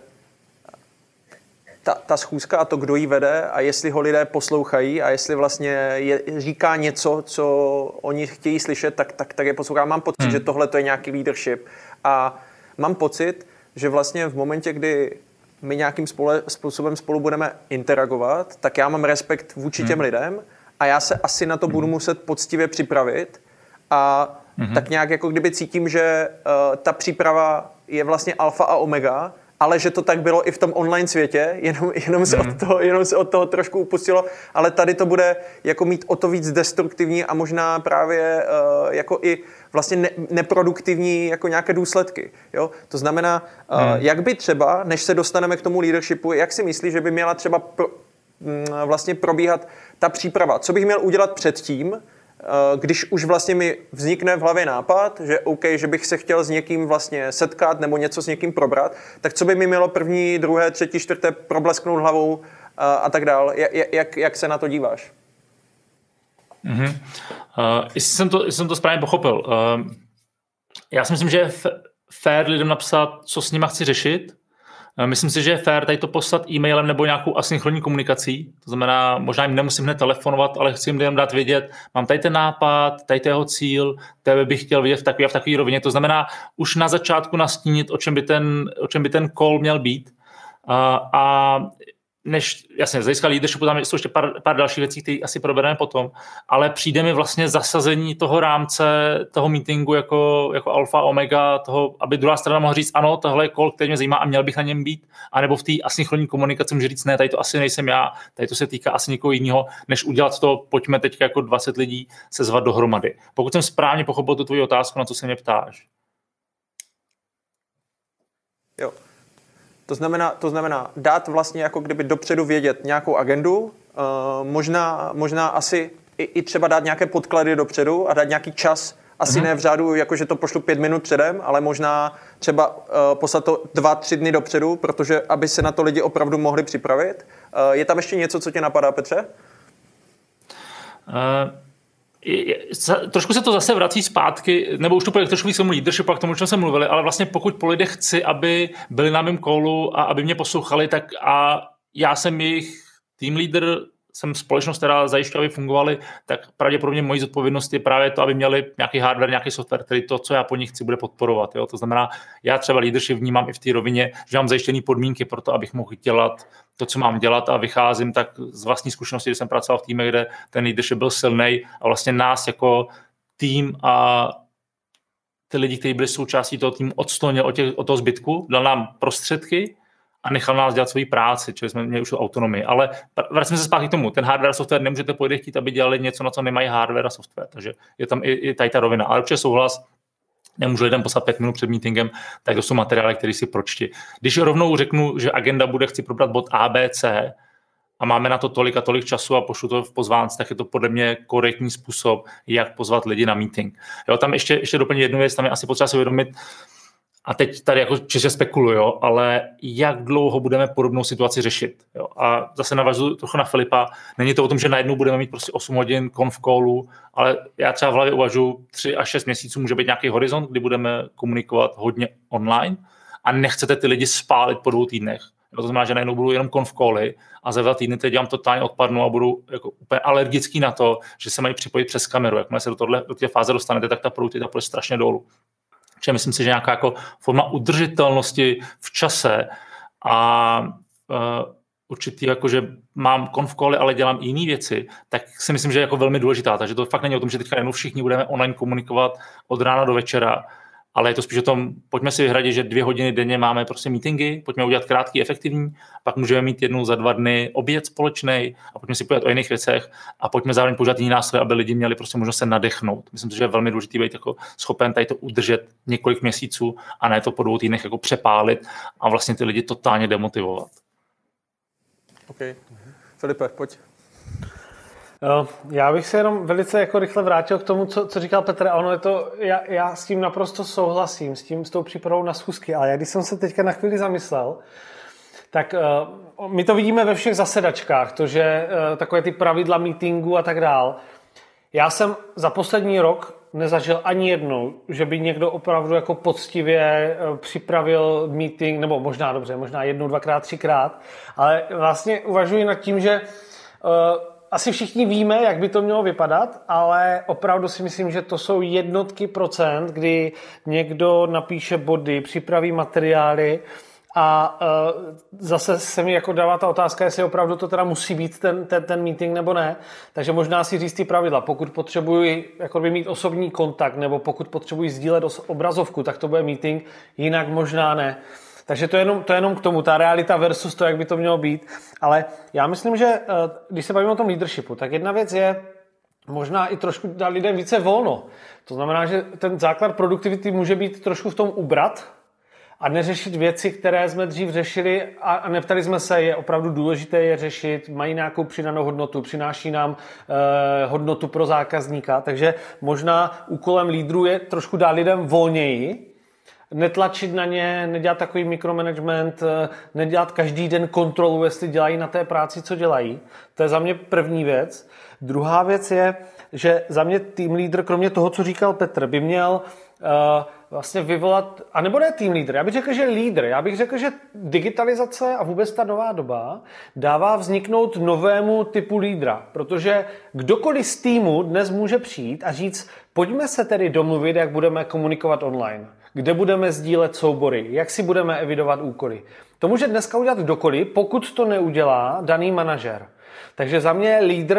ta, ta schůzka a to, kdo ji vede a jestli ho lidé poslouchají a jestli vlastně je, říká něco, co oni chtějí slyšet, tak, tak, tak je poslouchá. Mám pocit, hmm. že tohle to je nějaký leadership. A mám pocit, že vlastně v momentě, kdy my nějakým spole, způsobem spolu budeme interagovat, tak já mám respekt vůči těm hmm. lidem a já se asi na to budu muset poctivě připravit a Mm-hmm. tak nějak jako kdyby cítím, že uh, ta příprava je vlastně alfa a omega, ale že to tak bylo i v tom online světě, jenom, jenom, mm-hmm. se, od toho, jenom se od toho trošku upustilo, ale tady to bude jako mít o to víc destruktivní a možná právě uh, jako i vlastně ne, neproduktivní jako nějaké důsledky. Jo? To znamená, uh, mm. jak by třeba, než se dostaneme k tomu leadershipu, jak si myslíš, že by měla třeba pro, mm, vlastně probíhat ta příprava? Co bych měl udělat předtím, když už vlastně mi vznikne v hlavě nápad, že OK, že bych se chtěl s někým vlastně setkat nebo něco s někým probrat, tak co by mi mělo první, druhé, třetí, čtvrté problesknout hlavou a, a tak dál. Jak, jak, jak se na to díváš? Mm-hmm. Uh, jestli, jsem to, jestli jsem to správně pochopil. Uh, já si myslím, že je fér lidem napsat, co s nima chci řešit. Myslím si, že je fér tady to poslat e-mailem nebo nějakou asynchronní komunikací. To znamená, možná jim nemusím hned telefonovat, ale chci jim jen dát vědět, mám tady ten nápad, tady jeho cíl, tebe bych chtěl vidět v takové, v takové rovině. To znamená, už na začátku nastínit, o čem by ten, o čem by ten call měl být. A, a než, jasně, z hlediska leadershipu tam jsou ještě pár, pár dalších věcí, které asi probereme potom, ale přijde mi vlastně zasazení toho rámce, toho meetingu jako, jako alfa, omega, toho, aby druhá strana mohla říct, ano, tohle je call, který mě zajímá a měl bych na něm být, anebo v té asynchronní komunikaci může říct, ne, tady to asi nejsem já, tady to se týká asi někoho jiného, než udělat to, pojďme teď jako dvacet lidí se zvat dohromady. Pokud jsem správně pochopil tu tvoji otázku, na co se mě ptáš. Jo. To znamená, to znamená dát vlastně jako kdyby dopředu vědět nějakou agendu, uh, možná, možná asi i, i třeba dát nějaké podklady dopředu a dát nějaký čas, asi mm-hmm. ne v řádu, jako že to pošlu pět minut předem, ale možná třeba uh, poslat to dva, tři dny dopředu, protože aby se na to lidi opravdu mohli připravit. Uh, je tam ještě něco, co tě napadá, Petře? Uh... Trošku se to zase vrací zpátky, nebo už to půjde trošku víc k tomu leadershipu, k tomu, o čem jsme mluvili, ale vlastně pokud po lidech chci, aby byli na mém callu a aby mě poslouchali, tak a já jsem jejich team leader, jsem společnost, která zajišťuje, aby fungovaly, tak pravděpodobně mojí zodpovědnost je právě to, aby měli nějaký hardware, nějaký software, který to, co já po nich chci, bude podporovat. Jo? To znamená, já třeba leadership vnímám i v té rovině, že mám zajištěné podmínky pro to, abych mohl dělat to, co mám dělat a vycházím tak z vlastní zkušenosti, když jsem pracoval v týme, kde ten leadership byl silnej a vlastně nás jako tým a ty lidi, kteří byli součástí toho týmu, odstonil od, těch, od toho zbytku, dal nám prostředky a nechal nás dělat svoji práci, čili jsme měli už autonomii. Ale vracíme se zpátky k tomu, ten hardware a software nemůžete po lidech chtít, aby dělali něco, na co nemají hardware a software, takže je tam i, i tady ta rovina. Ale určitě souhlas, nemůžu lidem poslat pět minut před meetingem, tak to jsou materiály, které si pročti. Když rovnou řeknu, že agenda bude, chci probrat bod A, B, C a máme na to tolik a tolik času a pošlu to v pozvánce, tak je to podle mě korektní způsob, jak pozvat lidi na meeting. Jo, tam ještě, ještě doplně jednu věc, tam je asi potřeba si uvědomit, A teď tady jako čistě spekuluju, jo, ale jak dlouho budeme podobnou situaci řešit. Jo? A zase navazuji trochu na Filipa. Není to o tom, že najednou budeme mít prostě osm hodin conf callu, ale já třeba v hlavě uvažuji tři až šest měsíců může být nějaký horizont, kdy budeme komunikovat hodně online a nechcete ty lidi spálit po dvou týdnech. To znamená, že najednou budou jenom conf cally a za dva týdny teď dělám totálně odpadnu a budu jako úplně alergický na to, že se mají připojit přes kameru. Jakmile se do, tohle, do té fáze dostanete, tak ta produktivita půjde strašně dolů. Čiže myslím si, že nějaká jako forma udržitelnosti v čase a uh, určitý, jako, že mám conf cally, ale dělám i jiné věci, tak si myslím, že je jako velmi důležitá. Takže to fakt není o tom, že teďka jenom všichni budeme online komunikovat od rána do večera, ale je to spíš o tom, pojďme si vyhradit, že dvě hodiny denně máme prostě meetingy, pojďme udělat krátký, efektivní, pak můžeme mít jednou za dva dny oběd společný a pojďme si povědět o jiných věcech a pojďme zároveň používat jiný nástroje, aby lidi měli prostě možnost se nadechnout. Myslím si, že je velmi důležité být jako schopen tady to udržet několik měsíců a ne to po dvou týdnech jako přepálit a vlastně ty lidi totálně demotivovat. OK. Filipe, pojď. Já bych se jenom velice jako rychle vrátil k tomu, co, co říkal Petr. Ono je to, já, já s tím naprosto souhlasím, s tím, s tou přípravou na schůzky, ale já když jsem se teďka na chvíli zamyslel, tak uh, my to vidíme ve všech zasedačkách, to, že uh, takové ty pravidla meetingu a tak dál. Já jsem za poslední rok nezažil ani jednou, že by někdo opravdu jako poctivě uh, připravil meeting, nebo možná dobře, možná jednou, dvakrát, třikrát, ale vlastně uvažuji nad tím, že uh, asi všichni víme, jak by to mělo vypadat, ale opravdu si myslím, že to jsou jednotky procent, kdy někdo napíše body, připraví materiály a uh, zase se mi jako dává ta otázka, jestli opravdu to teda musí být ten, ten, ten meeting nebo ne. Takže možná si říct ty pravidla. Pokud potřebuji jako by mít osobní kontakt nebo pokud potřebuji sdílet obrazovku, tak to bude meeting, jinak možná ne. Takže to je, jenom, to je jenom k tomu, ta realita versus to, jak by to mělo být. Ale já myslím, že když se bavíme o tom leadershipu, tak jedna věc je možná i trošku dát lidem více volno. To znamená, že ten základ produktivity může být trošku v tom ubrat a neřešit věci, které jsme dřív řešili a neptali jsme se, je opravdu důležité je řešit, mají nějakou přidanou hodnotu, přináší nám eh, hodnotu pro zákazníka. Takže možná úkolem lídrů je trošku dát lidem volněji, netlačit na ně, nedělat takový mikromanagement, nedělat každý den kontrolu, jestli dělají na té práci, co dělají. To je za mě první věc. Druhá věc je, že za mě team leader, kromě toho, co říkal Petr, by měl uh, vlastně vyvolat, a nebo ne team leader, já bych řekl, že lídr, já bych řekl, že digitalizace a vůbec ta nová doba dává vzniknout novému typu lídra, protože kdokoliv z týmu dnes může přijít a říct, pojďme se tedy domluvit, jak budeme komunikovat online, kde budeme sdílet soubory, jak si budeme evidovat úkoly. To může dneska udělat kdokoliv, pokud to neudělá daný manažer. Takže za mě lídr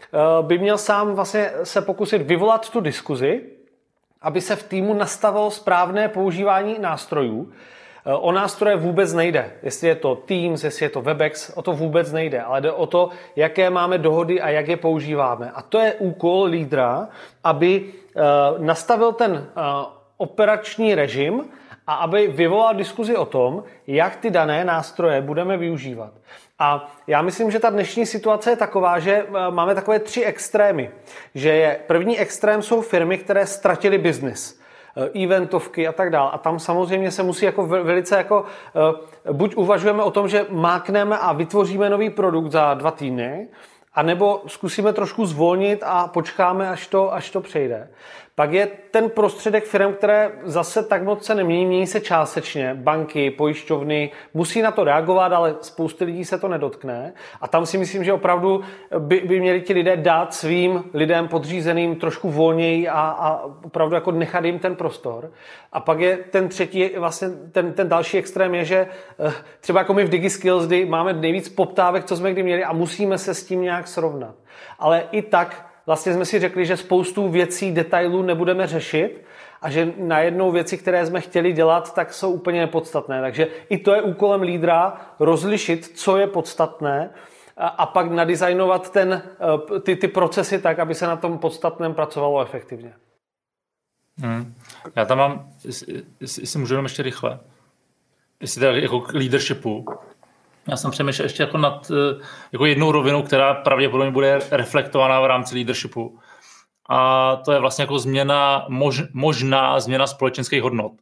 by měl sám vlastně se pokusit vyvolat tu diskuzi, aby se v týmu nastavilo správné používání nástrojů. O nástroje vůbec nejde. Jestli je to Teams, jestli je to Webex, o to vůbec nejde. Ale jde o to, jaké máme dohody a jak je používáme. A to je úkol lídra, aby nastavil ten operační režim a aby vyvolal diskuzi o tom, jak ty dané nástroje budeme využívat. A já myslím, že ta dnešní situace je taková, že máme takové tři extrémy. Že je, první extrém jsou firmy, které ztratily biznis, eventovky a tak dále. A tam samozřejmě se musí jako velice jako, buď uvažujeme o tom, že mákneme a vytvoříme nový produkt za dva týdny, anebo zkusíme trošku zvolnit a počkáme, až to, až to přejde. Pak je ten prostředek firm, které zase tak moc se nemění, mění se částečně. Banky, pojišťovny musí na to reagovat, ale spousty lidí se to nedotkne. A tam si myslím, že opravdu by, by měli ti lidé dát svým lidem podřízeným trošku volněji a, a opravdu jako nechat jim ten prostor. A pak je ten třetí, vlastně ten, ten další extrém je, že třeba jako my v DigiSkills, kdy máme nejvíc poptávek, co jsme kdy měli a musíme se s tím nějak srovnat. Ale i tak vlastně jsme si řekli, že spoustu věcí, detailů nebudeme řešit a že najednou věci, které jsme chtěli dělat, tak jsou úplně nepodstatné. Takže i to je úkolem lídra rozlišit, co je podstatné a, a pak nadizajnovat ten, ty, ty procesy tak, aby se na tom podstatném pracovalo efektivně. Hmm. Já tam mám, jestli, jestli můžu jenom ještě rychle, jestli teda jako k leadershipu. Já jsem přemýšlel ještě jako nad jako jednou rovinou, která pravděpodobně bude reflektovaná v rámci leadershipu. A to je vlastně jako změna, mož, možná změna společenských hodnot.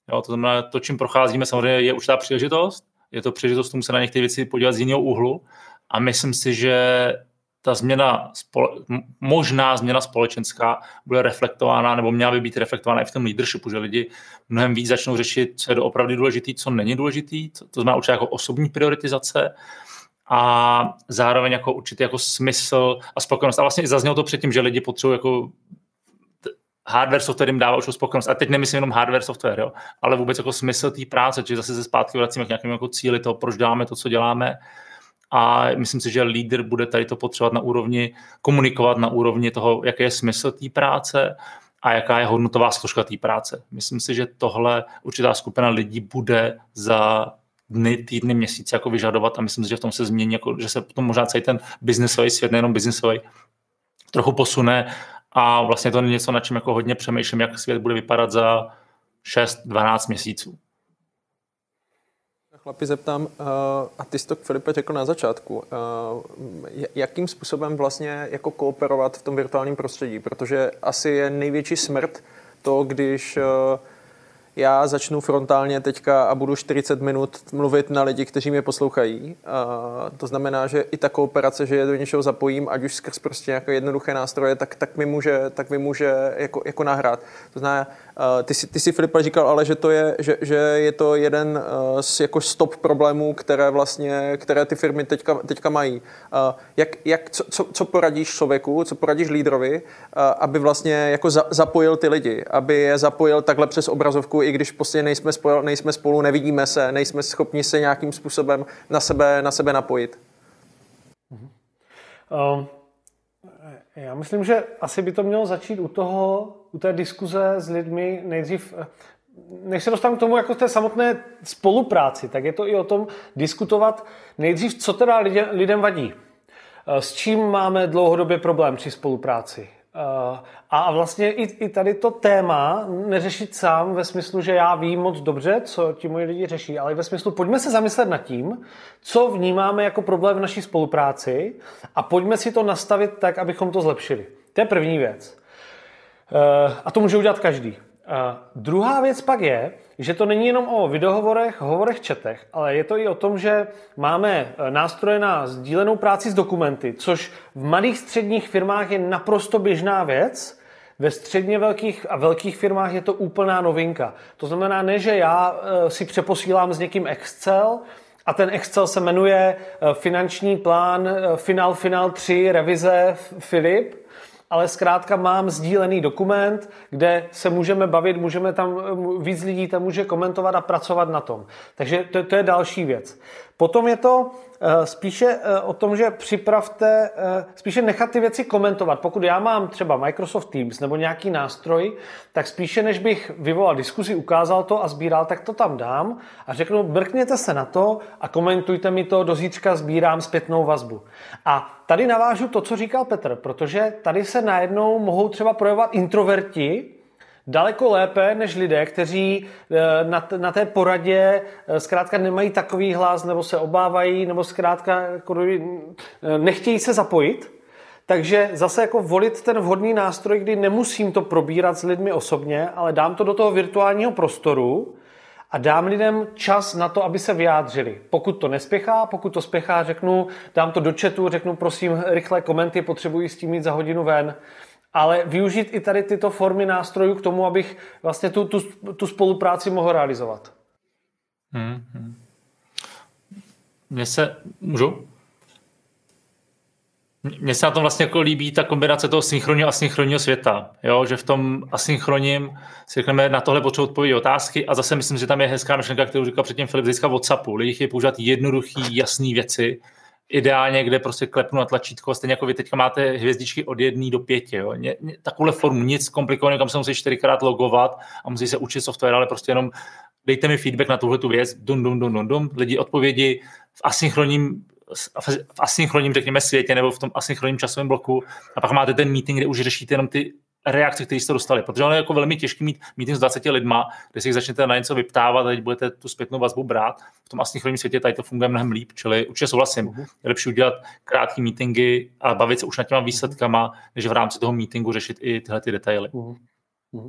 Jo, to znamená, to, čím procházíme, samozřejmě je určitá příležitost, je to příležitost tomu se na některé věci podívat z jiného úhlu a myslím si, že ta změna, možná změna společenská bude reflektována, nebo měla by být reflektována i v tom leadershipu, že lidi mnohem víc začnou řešit, co je opravdu důležitý, co není důležitý, to, to znamená určitě jako osobní prioritizace a zároveň jako určitý jako smysl a spokojenost. A vlastně zaznělo to předtím, že lidi potřebují jako hardware, software jim dává určitou spokojenost. A teď nemyslím jenom hardware, software, jo, ale vůbec jako smysl té práce, že zase ze zpátky vracíme k nějakým jako cíli toho, proč děláme to, co děláme. A myslím si, že lídr bude tady to potřebovat na úrovni, komunikovat na úrovni toho, jaký je smysl té práce a jaká je hodnotová složka té práce. Myslím si, že tohle určitá skupina lidí bude za dny, týdny, měsíce jako vyžadovat a myslím si, že v tom se změní, jako, že se potom možná celý ten biznesový svět, nejenom biznesový, trochu posune a vlastně to je něco, na čem jako hodně přemýšlím, jak svět bude vypadat za šest dvanáct měsíců. Chlapi, zeptám, a ty jsi to, Filipe, řekl na začátku, jakým způsobem vlastně jako kooperovat v tom virtuálním prostředí, protože asi je největší smrt to, když já začnu frontálně teďka a budu čtyřicet minut mluvit na lidi, kteří mě poslouchají. A to znamená, že i ta kooperace, že je do něčeho zapojím, ať už skrz prostě nějaké jednoduché nástroje, tak, tak mi může, tak mi může jako, jako nahrát. To znamená, ty si, ty si Filipa říkal, ale že, to je, že, že je to jeden z jako stop problémů, které vlastně, které ty firmy teďka, teďka mají. Jak, jak, co, co, co poradíš člověku, co poradíš lídrovi, aby vlastně jako za, zapojil ty lidi, aby je zapojil takhle přes obrazovku, i když prostě nejsme, spojil, nejsme spolu, nevidíme se, nejsme schopni se nějakým způsobem na sebe, na sebe napojit? Um, já myslím, že asi by to mělo začít u toho, u té diskuze s lidmi nejdřív, než se dostanu k tomu jako té samotné spolupráci, tak je to i o tom diskutovat nejdřív, co teda lidem, lidem vadí. S čím máme dlouhodobě problém při spolupráci. A vlastně i, i tady to téma neřešit sám ve smyslu, že já vím moc dobře, co ti moji lidi řeší, ale ve smyslu, pojďme se zamyslet nad tím, co vnímáme jako problém v naší spolupráci a pojďme si to nastavit tak, abychom to zlepšili. To je první věc. A to může udělat každý. Druhá věc pak je, že to není jenom o videohovorech, hovorech, četech, ale je to i o tom, že máme nástroje na sdílenou práci s dokumenty, což v malých středních firmách je naprosto běžná věc. Ve středně velkých a velkých firmách je to úplná novinka. To znamená, ne, že já si přeposílám s někým Excel a ten Excel se jmenuje finanční plán, final, final tři, revize Filip, ale zkrátka mám sdílený dokument, kde se můžeme bavit, můžeme tam, víc lidí tam může komentovat a pracovat na tom. Takže to, to je další věc. Potom je to uh, spíše uh, o tom, že připravte, uh, spíše nechat ty věci komentovat. Pokud já mám třeba Microsoft Teams nebo nějaký nástroj, tak spíše než bych vyvolal diskuzi, ukázal to a sbíral, tak to tam dám a řeknu, brkněte se na to a komentujte mi to, do zítřka sbírám zpětnou vazbu. A tady navážu to, co říkal Petr, protože tady se najednou mohou třeba projevovat introverti, daleko lépe než lidé, kteří na té poradě zkrátka nemají takový hlas, nebo se obávají, nebo zkrátka nechtějí se zapojit. Takže zase jako volit ten vhodný nástroj, kdy nemusím to probírat s lidmi osobně, ale dám to do toho virtuálního prostoru a dám lidem čas na to, aby se vyjádřili. Pokud to nespěchá, pokud to spěchá, řeknu, dám to do chatu, řeknu prosím rychlé komenty, potřebuji s tím mít za hodinu ven. Ale využít i tady tyto formy nástrojů k tomu, abych vlastně tu, tu, tu spolupráci mohl realizovat. Hmm, hmm. Mně se, můžu? Mně se na tom vlastně jako líbí ta kombinace toho synchronního a asynchronního světa. Jo? Že v tom asynchronním si řekneme, na tohle potřebuji odpovědět otázky a zase myslím, že tam je hezká myšlenka, kterou říkal předtím Filip, získat WhatsAppu. Lidi chtějí používat jednoduchý, jasný věci, ideálně, kde prostě klepnu na tlačítko, stejně jako vy teďka máte hvězdičky od jedné do pěti. Jo? Ně, ně, takovouhle formu, nic komplikovaného, kam se musí čtyřikrát logovat a musí se učit software, ale prostě jenom dejte mi feedback na tuhletu věc, dum, dum, dum, dum, dum. Lidi odpovědi v asynchronním, v asynchronním, řekněme, světě nebo v tom asynchronním časovém bloku a pak máte ten meeting, kde už řešíte jenom ty reakce, které jste dostali. Protože ono je jako velmi těžký mít meeting s dvaceti lidma, kde si jich začnete na něco vyptávat a teď budete tu zpětnou vazbu brát. V tom asynchronním světě tady to funguje mnohem líp, čili určitě souhlasím. Je lepší udělat krátké meetingy a bavit se už nad těma výsledkama, než v rámci toho meetingu řešit i tyhle ty detaily.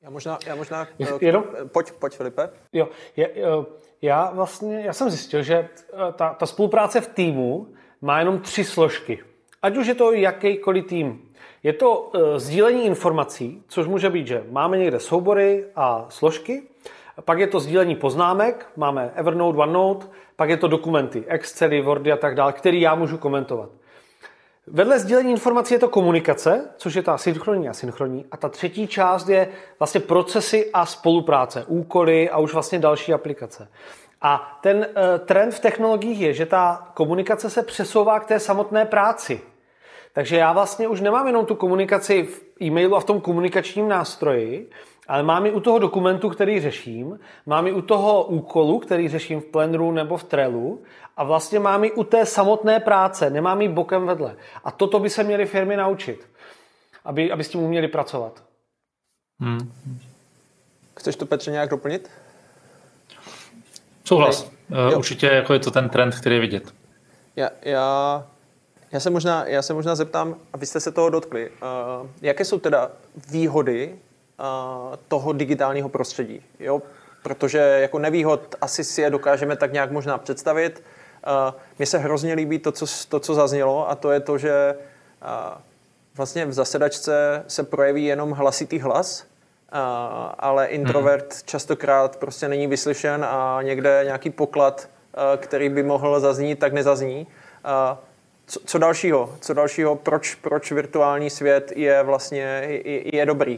Já možná, já možná Jenom, pojď, pojď Filipe. Jo, je, já vlastně, já jsem zjistil, že ta, ta spolupráce v týmu má jenom tři složky. Ať už je to jakýkoliv tým. Je to uh, sdílení informací, což může být, že máme někde soubory a složky, pak je to sdílení poznámek, máme Evernote, OneNote, pak je to dokumenty, Excely, Wordy a tak dále, který já můžu komentovat. Vedle sdílení informací je to komunikace, což je ta synchronní a synchronní. A ta třetí část je vlastně procesy a spolupráce, úkoly a už vlastně další aplikace. A ten uh, trend v technologiích je, že ta komunikace se přesouvá k té samotné práci. Takže já vlastně už nemám jenom tu komunikaci v e-mailu a v tom komunikačním nástroji, ale mám i u toho dokumentu, který řeším, mám i u toho úkolu, který řeším v Planneru nebo v Trellu a vlastně mám i u té samotné práce, nemám ji bokem vedle. A toto by se měly firmy naučit, aby, aby s tím uměli pracovat. Hmm. Chceš to, Petře, nějak doplnit? Souhlas. Uh, určitě jako je to ten trend, který je vidět. Já, já, já, se možná, já se možná zeptám, abyste se toho dotkli. Uh, jaké jsou teda výhody uh, toho digitálního prostředí? Jo? Protože jako nevýhod asi si je dokážeme tak nějak možná představit. Uh, mně se hrozně líbí to co, to, co zaznělo, a to je to, že uh, vlastně v zasedačce se projeví jenom hlasitý hlas, Uh, ale introvert hmm. častokrát prostě není vyslyšen a někde nějaký poklad, uh, který by mohl zaznít, tak nezazní. Uh, co, co dalšího? Co dalšího? Proč, proč virtuální svět je vlastně je, je dobrý?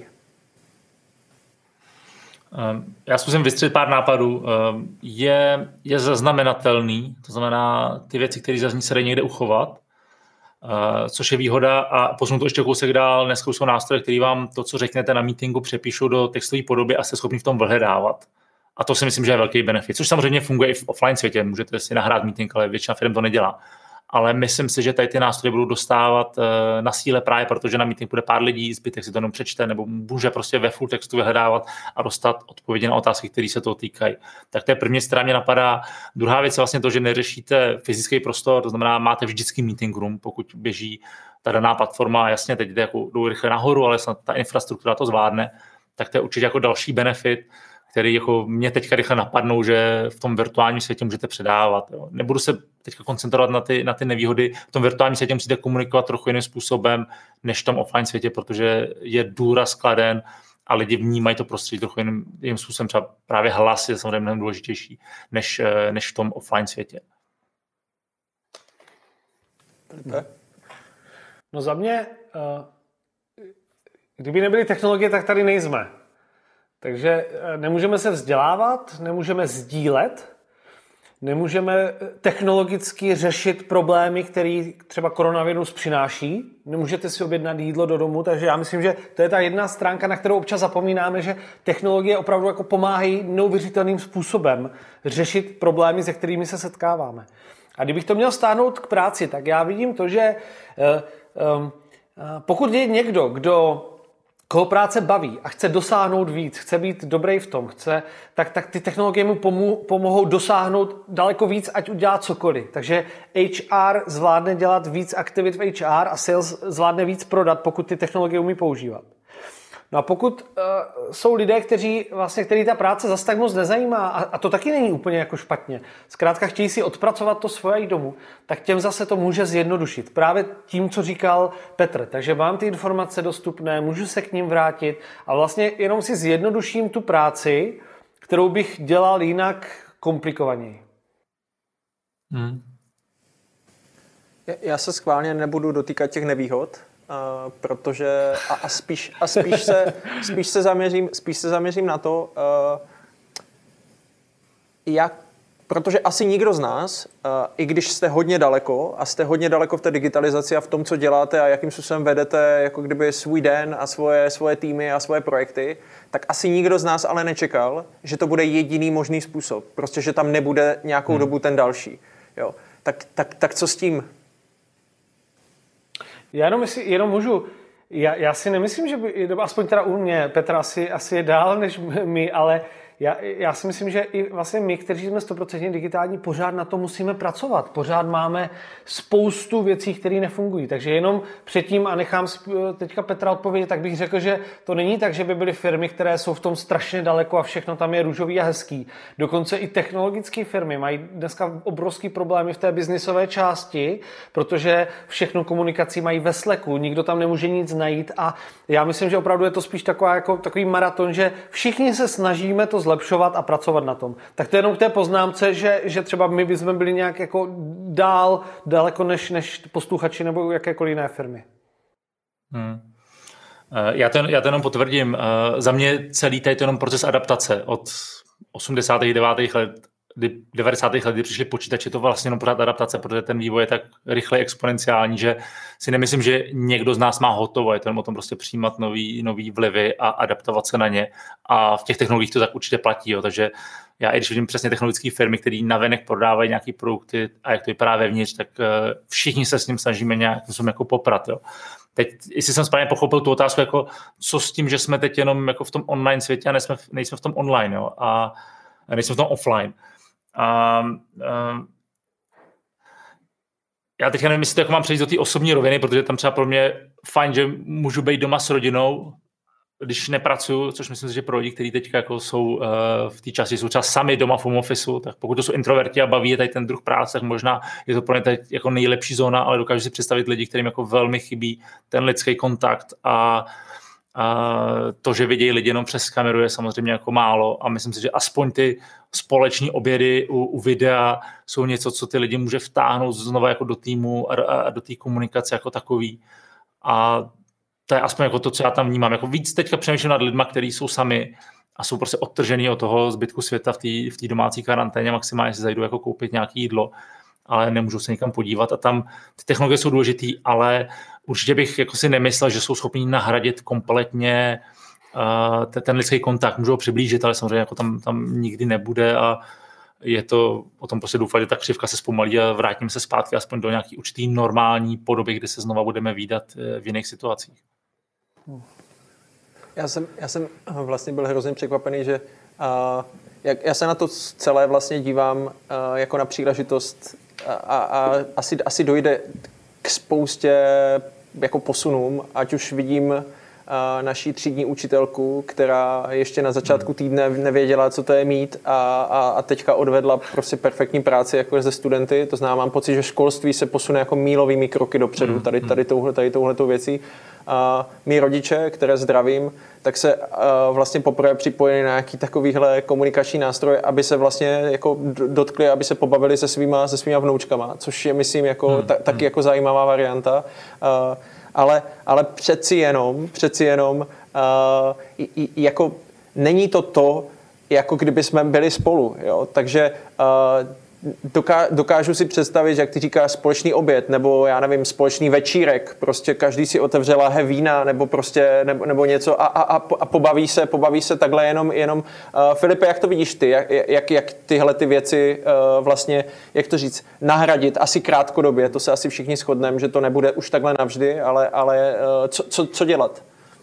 Um, já zkusím vystřelit pár nápadů. Um, je, je zaznamenatelný, to znamená, ty věci, které zazní, se dají někde uchovat. Uh, což je výhoda a posunu to ještě kousek dál. Dneska jsou nástroje, které vám to, co řeknete na meetingu, přepíšou do textové podoby a jste schopni v tom vyhledávat. A to si myslím, že je velký benefit, což samozřejmě funguje i v offline světě. Můžete si nahrát meeting, ale většina firm to nedělá. Ale myslím si, že tady ty nástroje budou dostávat uh, na síle právě, protože na meeting bude pár lidí, zbytek si to jenom přečte, nebo může prostě ve full textu vyhledávat a dostat odpovědi na otázky, které se toho týkají. Tak to je první strana mě napadá. Druhá věc je vlastně to, že neřešíte fyzický prostor, to znamená, máte vždycky meeting room, pokud běží ta daná platforma, jasně, teď jde jako jdou rychle nahoru, ale snad ta infrastruktura to zvládne, tak to je určitě jako další benefit, který jako mě teďka rychle napadnou, že v tom virtuálním světě můžete předávat. Jo. Nebudu se teďka koncentrovat na ty, na ty nevýhody. V tom virtuálním světě musíte komunikovat trochu jiným způsobem než v tom offline světě, protože je důraz kladen a lidi vnímají to prostředí trochu jiným, jiným způsobem. Třeba právě hlas je samozřejmě mnohem důležitější než, než v tom offline světě. No za mě, kdyby nebyly technologie, tak tady nejsme. Takže nemůžeme se vzdělávat, nemůžeme sdílet, nemůžeme technologicky řešit problémy, které třeba koronavirus přináší. Nemůžete si objednat jídlo do domu, takže já myslím, že to je ta jedna stránka, na kterou občas zapomínáme, že technologie opravdu jako pomáhají neuvěřitelným způsobem řešit problémy, se kterými se setkáváme. A kdybych to měl stáhnout k práci, tak já vidím to, že pokud je někdo, kdo koho práce baví a chce dosáhnout víc, chce být dobrý v tom, chce, tak, tak ty technologie mu pomů, pomohou dosáhnout daleko víc, ať udělá cokoliv. Takže H R zvládne dělat víc aktivit v H R a sales zvládne víc prodat, pokud ty technologie umí používat. No a pokud uh, jsou lidé, kteří vlastně, který ta práce zase tak moc nezajímá, a, a to taky není úplně jako špatně, zkrátka chtějí si odpracovat to svoje jít domů, tak těm zase to může zjednodušit. Právě tím, co říkal Petr. Takže mám ty informace dostupné, můžu se k ním vrátit a vlastně jenom si zjednoduším tu práci, kterou bych dělal jinak komplikovaněji. Hmm. Já se schválně nebudu dotýkat těch nevýhod, Uh, protože a, a, spíš, a spíš, se, spíš, se zaměřím, spíš se zaměřím na to, uh, jak, protože asi nikdo z nás, uh, i když jste hodně daleko a jste hodně daleko v té digitalizaci a v tom, co děláte a jakým způsobem vedete jako kdyby svůj den a svoje, svoje týmy a svoje projekty, tak asi nikdo z nás ale nečekal, že to bude jediný možný způsob. Prostě, že tam nebude nějakou hmm. dobu ten další. Jo. Tak, tak, tak co s tím? Já jenom, jestli, jenom můžu, já, já si nemyslím, že by, aspoň teda u mě, Petr asi, asi je dál než my, ale já, já si myslím, že i vlastně my, kteří jsme sto procent digitální, pořád na to musíme pracovat. Pořád máme spoustu věcí, které nefungují. Takže jenom předtím, a nechám teďka Petra odpovědět, tak bych řekl, že to není tak, že by byly firmy, které jsou v tom strašně daleko a všechno tam je růžový a hezký. Dokonce i technologické firmy mají dneska obrovský problémy v té biznisové části, protože všechno komunikací mají ve Slacku, nikdo tam nemůže nic najít a já myslím, že opravdu je to spíš taková, jako, takový maraton, že všichni se snažíme to zlepšovat a pracovat na tom. Tak to je jenom k té poznámce, že, že třeba my bychom byli nějak jako dál, daleko než, než posluchači nebo jakékoliv jiné firmy. Hmm. Já to, já to jenom potvrdím. Za mě celý tady to jenom proces adaptace od osmdesátých devátých let, devadesátých let, kdy přišli počítači, to vlastně jenom pořád adaptace, protože ten vývoj je tak rychle exponenciální, že si nemyslím, že někdo z nás má hotovo, je to jenom o tom prostě přijímat nový, nový vlivy a adaptovat se na ně. A v těch technologiích to tak určitě platí, jo. Takže já, i když vidím přesně technologické firmy, které navenek prodávají nějaké produkty a jak to vypadá vevnitř, tak všichni se s ním snažíme nějak jako poprat, jo. Teď, jestli jsem správně pochopil tu otázku, jako co s tím, že jsme teď jenom jako v tom online světě a nejsme, nejsme v tom online, jo, a nejsme v tom offline. A, a, já teďka nevím, jestli to jako mám přejít do té osobní roviny, protože tam třeba pro mě fajn, že můžu být doma s rodinou, když nepracuju, což myslím si, že pro lidi, kteří teďka jako jsou uh, v té části, jsou třeba sami doma v home officeu, tak pokud to jsou introverti a baví je tady ten druh práce, tak možná je to pro ně teď jako nejlepší zóna, ale dokážu si představit lidi, kterým jako velmi chybí ten lidský kontakt a, a to, že vidějí lidi jenom přes kameru, je samozřejmě jako málo a myslím si, že aspoň ty společní obědy u, u videa jsou něco, co ty lidi může vtáhnout znova jako do týmu a, a do té komunikace jako takový. A to je aspoň jako to, co já tam vnímám. Jako víc teďka přemýšlím nad lidma, kteří jsou sami a jsou prostě odtržený od toho zbytku světa v té v té domácí karanténě, maximálně si zajdu jako koupit nějaké jídlo, ale nemůžu se nikam podívat a tam ty technologie jsou důležitý, ale určitě bych jako si nemyslel, že jsou schopní nahradit kompletně uh, ten, ten lidský kontakt. Můžou ho přiblížit, ale samozřejmě jako tam, tam nikdy nebude a je to o tom prostě doufat, že ta křivka se zpomalí a vrátíme se zpátky aspoň do nějaký určitý normální podoby, kdy se znova budeme vídat v jiných situacích. Já jsem, já jsem vlastně byl hrozně překvapený, že uh, jak, já se na to celé vlastně dívám uh, jako na příležitost a, a, a asi, asi dojde k spoustě jako posunům, ať už vidím uh, naší třídní učitelku, která ještě na začátku týdne nevěděla, co to je mít a, a, a teďka odvedla prostě perfektní práci jako ze studenty. To znamená, mám pocit, že školství se posune jako mílovými kroky dopředu tady, tady, touhle, tady touhletou věcí. A mý rodiče, které zdravím, tak se uh, vlastně poprvé připojili na nějaký takovýhle komunikační nástroj, aby se vlastně jako dotkli, aby se pobavili se svýma, se svýma vnoučkama, což je, myslím, jako, hmm. ta, taky jako zajímavá varianta. Uh, ale, ale přeci jenom, přeci jenom uh, i, i, jako není to to, jako kdyby jsme byli spolu. Jo? Takže uh, dokážu si představit, jak ty říkáš, společný oběd, nebo já nevím, společný večírek, prostě každý si otevře láhev vína, nebo prostě, nebo, nebo něco a, a, a pobaví se, pobaví se takhle jenom, jenom. Uh, Filipe, jak to vidíš ty? Jak, jak, jak tyhle ty věci uh, vlastně, jak to říct, nahradit? Asi krátkodobě, to se asi všichni shodneme, že to nebude už takhle navždy, ale, ale uh, co, co, co dělat?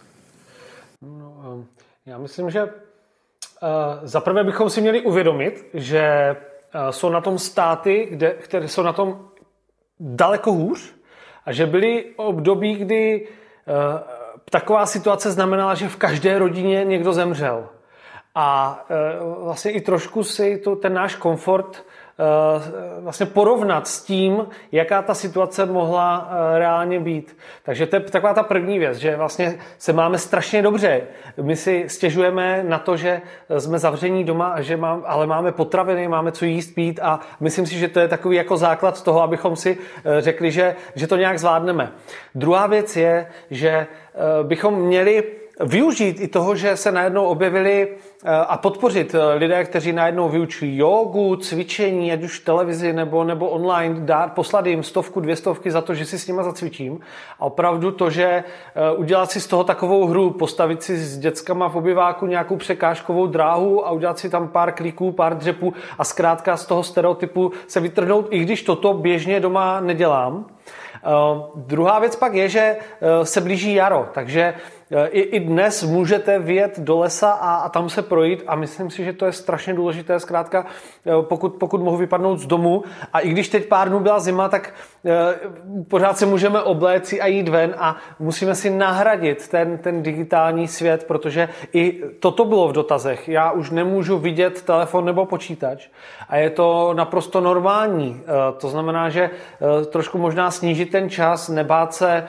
No, já myslím, že uh, zaprvé bychom si měli uvědomit, že jsou na tom státy, kde, které jsou na tom daleko hůř a že byly období, kdy uh, taková situace znamenala, že v každé rodině někdo zemřel. A uh, vlastně i trošku si to, ten náš komfort vlastně porovnat s tím, jaká ta situace mohla reálně být. Takže to je taková ta první věc, že vlastně se máme strašně dobře. My si stěžujeme na to, že jsme zavření doma, že mám, ale máme potraviny, máme co jíst, pít a myslím si, že to je takový jako základ toho, abychom si řekli, že, že to nějak zvládneme. Druhá věc je, že bychom měli využít i toho, že se najednou objevili a podpořit lidé, kteří najednou vyučují jogu, cvičení, ať už v televizi nebo, nebo online, dát, poslat jim stovku, dvě stovky za to, že si s nima zacvičím. A opravdu to, že udělat si z toho takovou hru, postavit si s dětskama v obyváku nějakou překážkovou dráhu a udělat si tam pár kliků, pár dřepů a zkrátka z toho stereotypu se vytrhnout, i když toto běžně doma nedělám. Uh, druhá věc pak je, že uh, se blíží jaro, takže I, i dnes můžete vyjet do lesa a, a tam se projít a myslím si, že to je strašně důležité, zkrátka, pokud, pokud mohu vypadnout z domu a i když teď pár dnů byla zima, tak pořád se můžeme obléci a jít ven a musíme si nahradit ten, ten digitální svět, protože i toto bylo v dotazech. Já už nemůžu vidět telefon nebo počítač a je to naprosto normální. To znamená, že trošku možná snížit ten čas, nebát se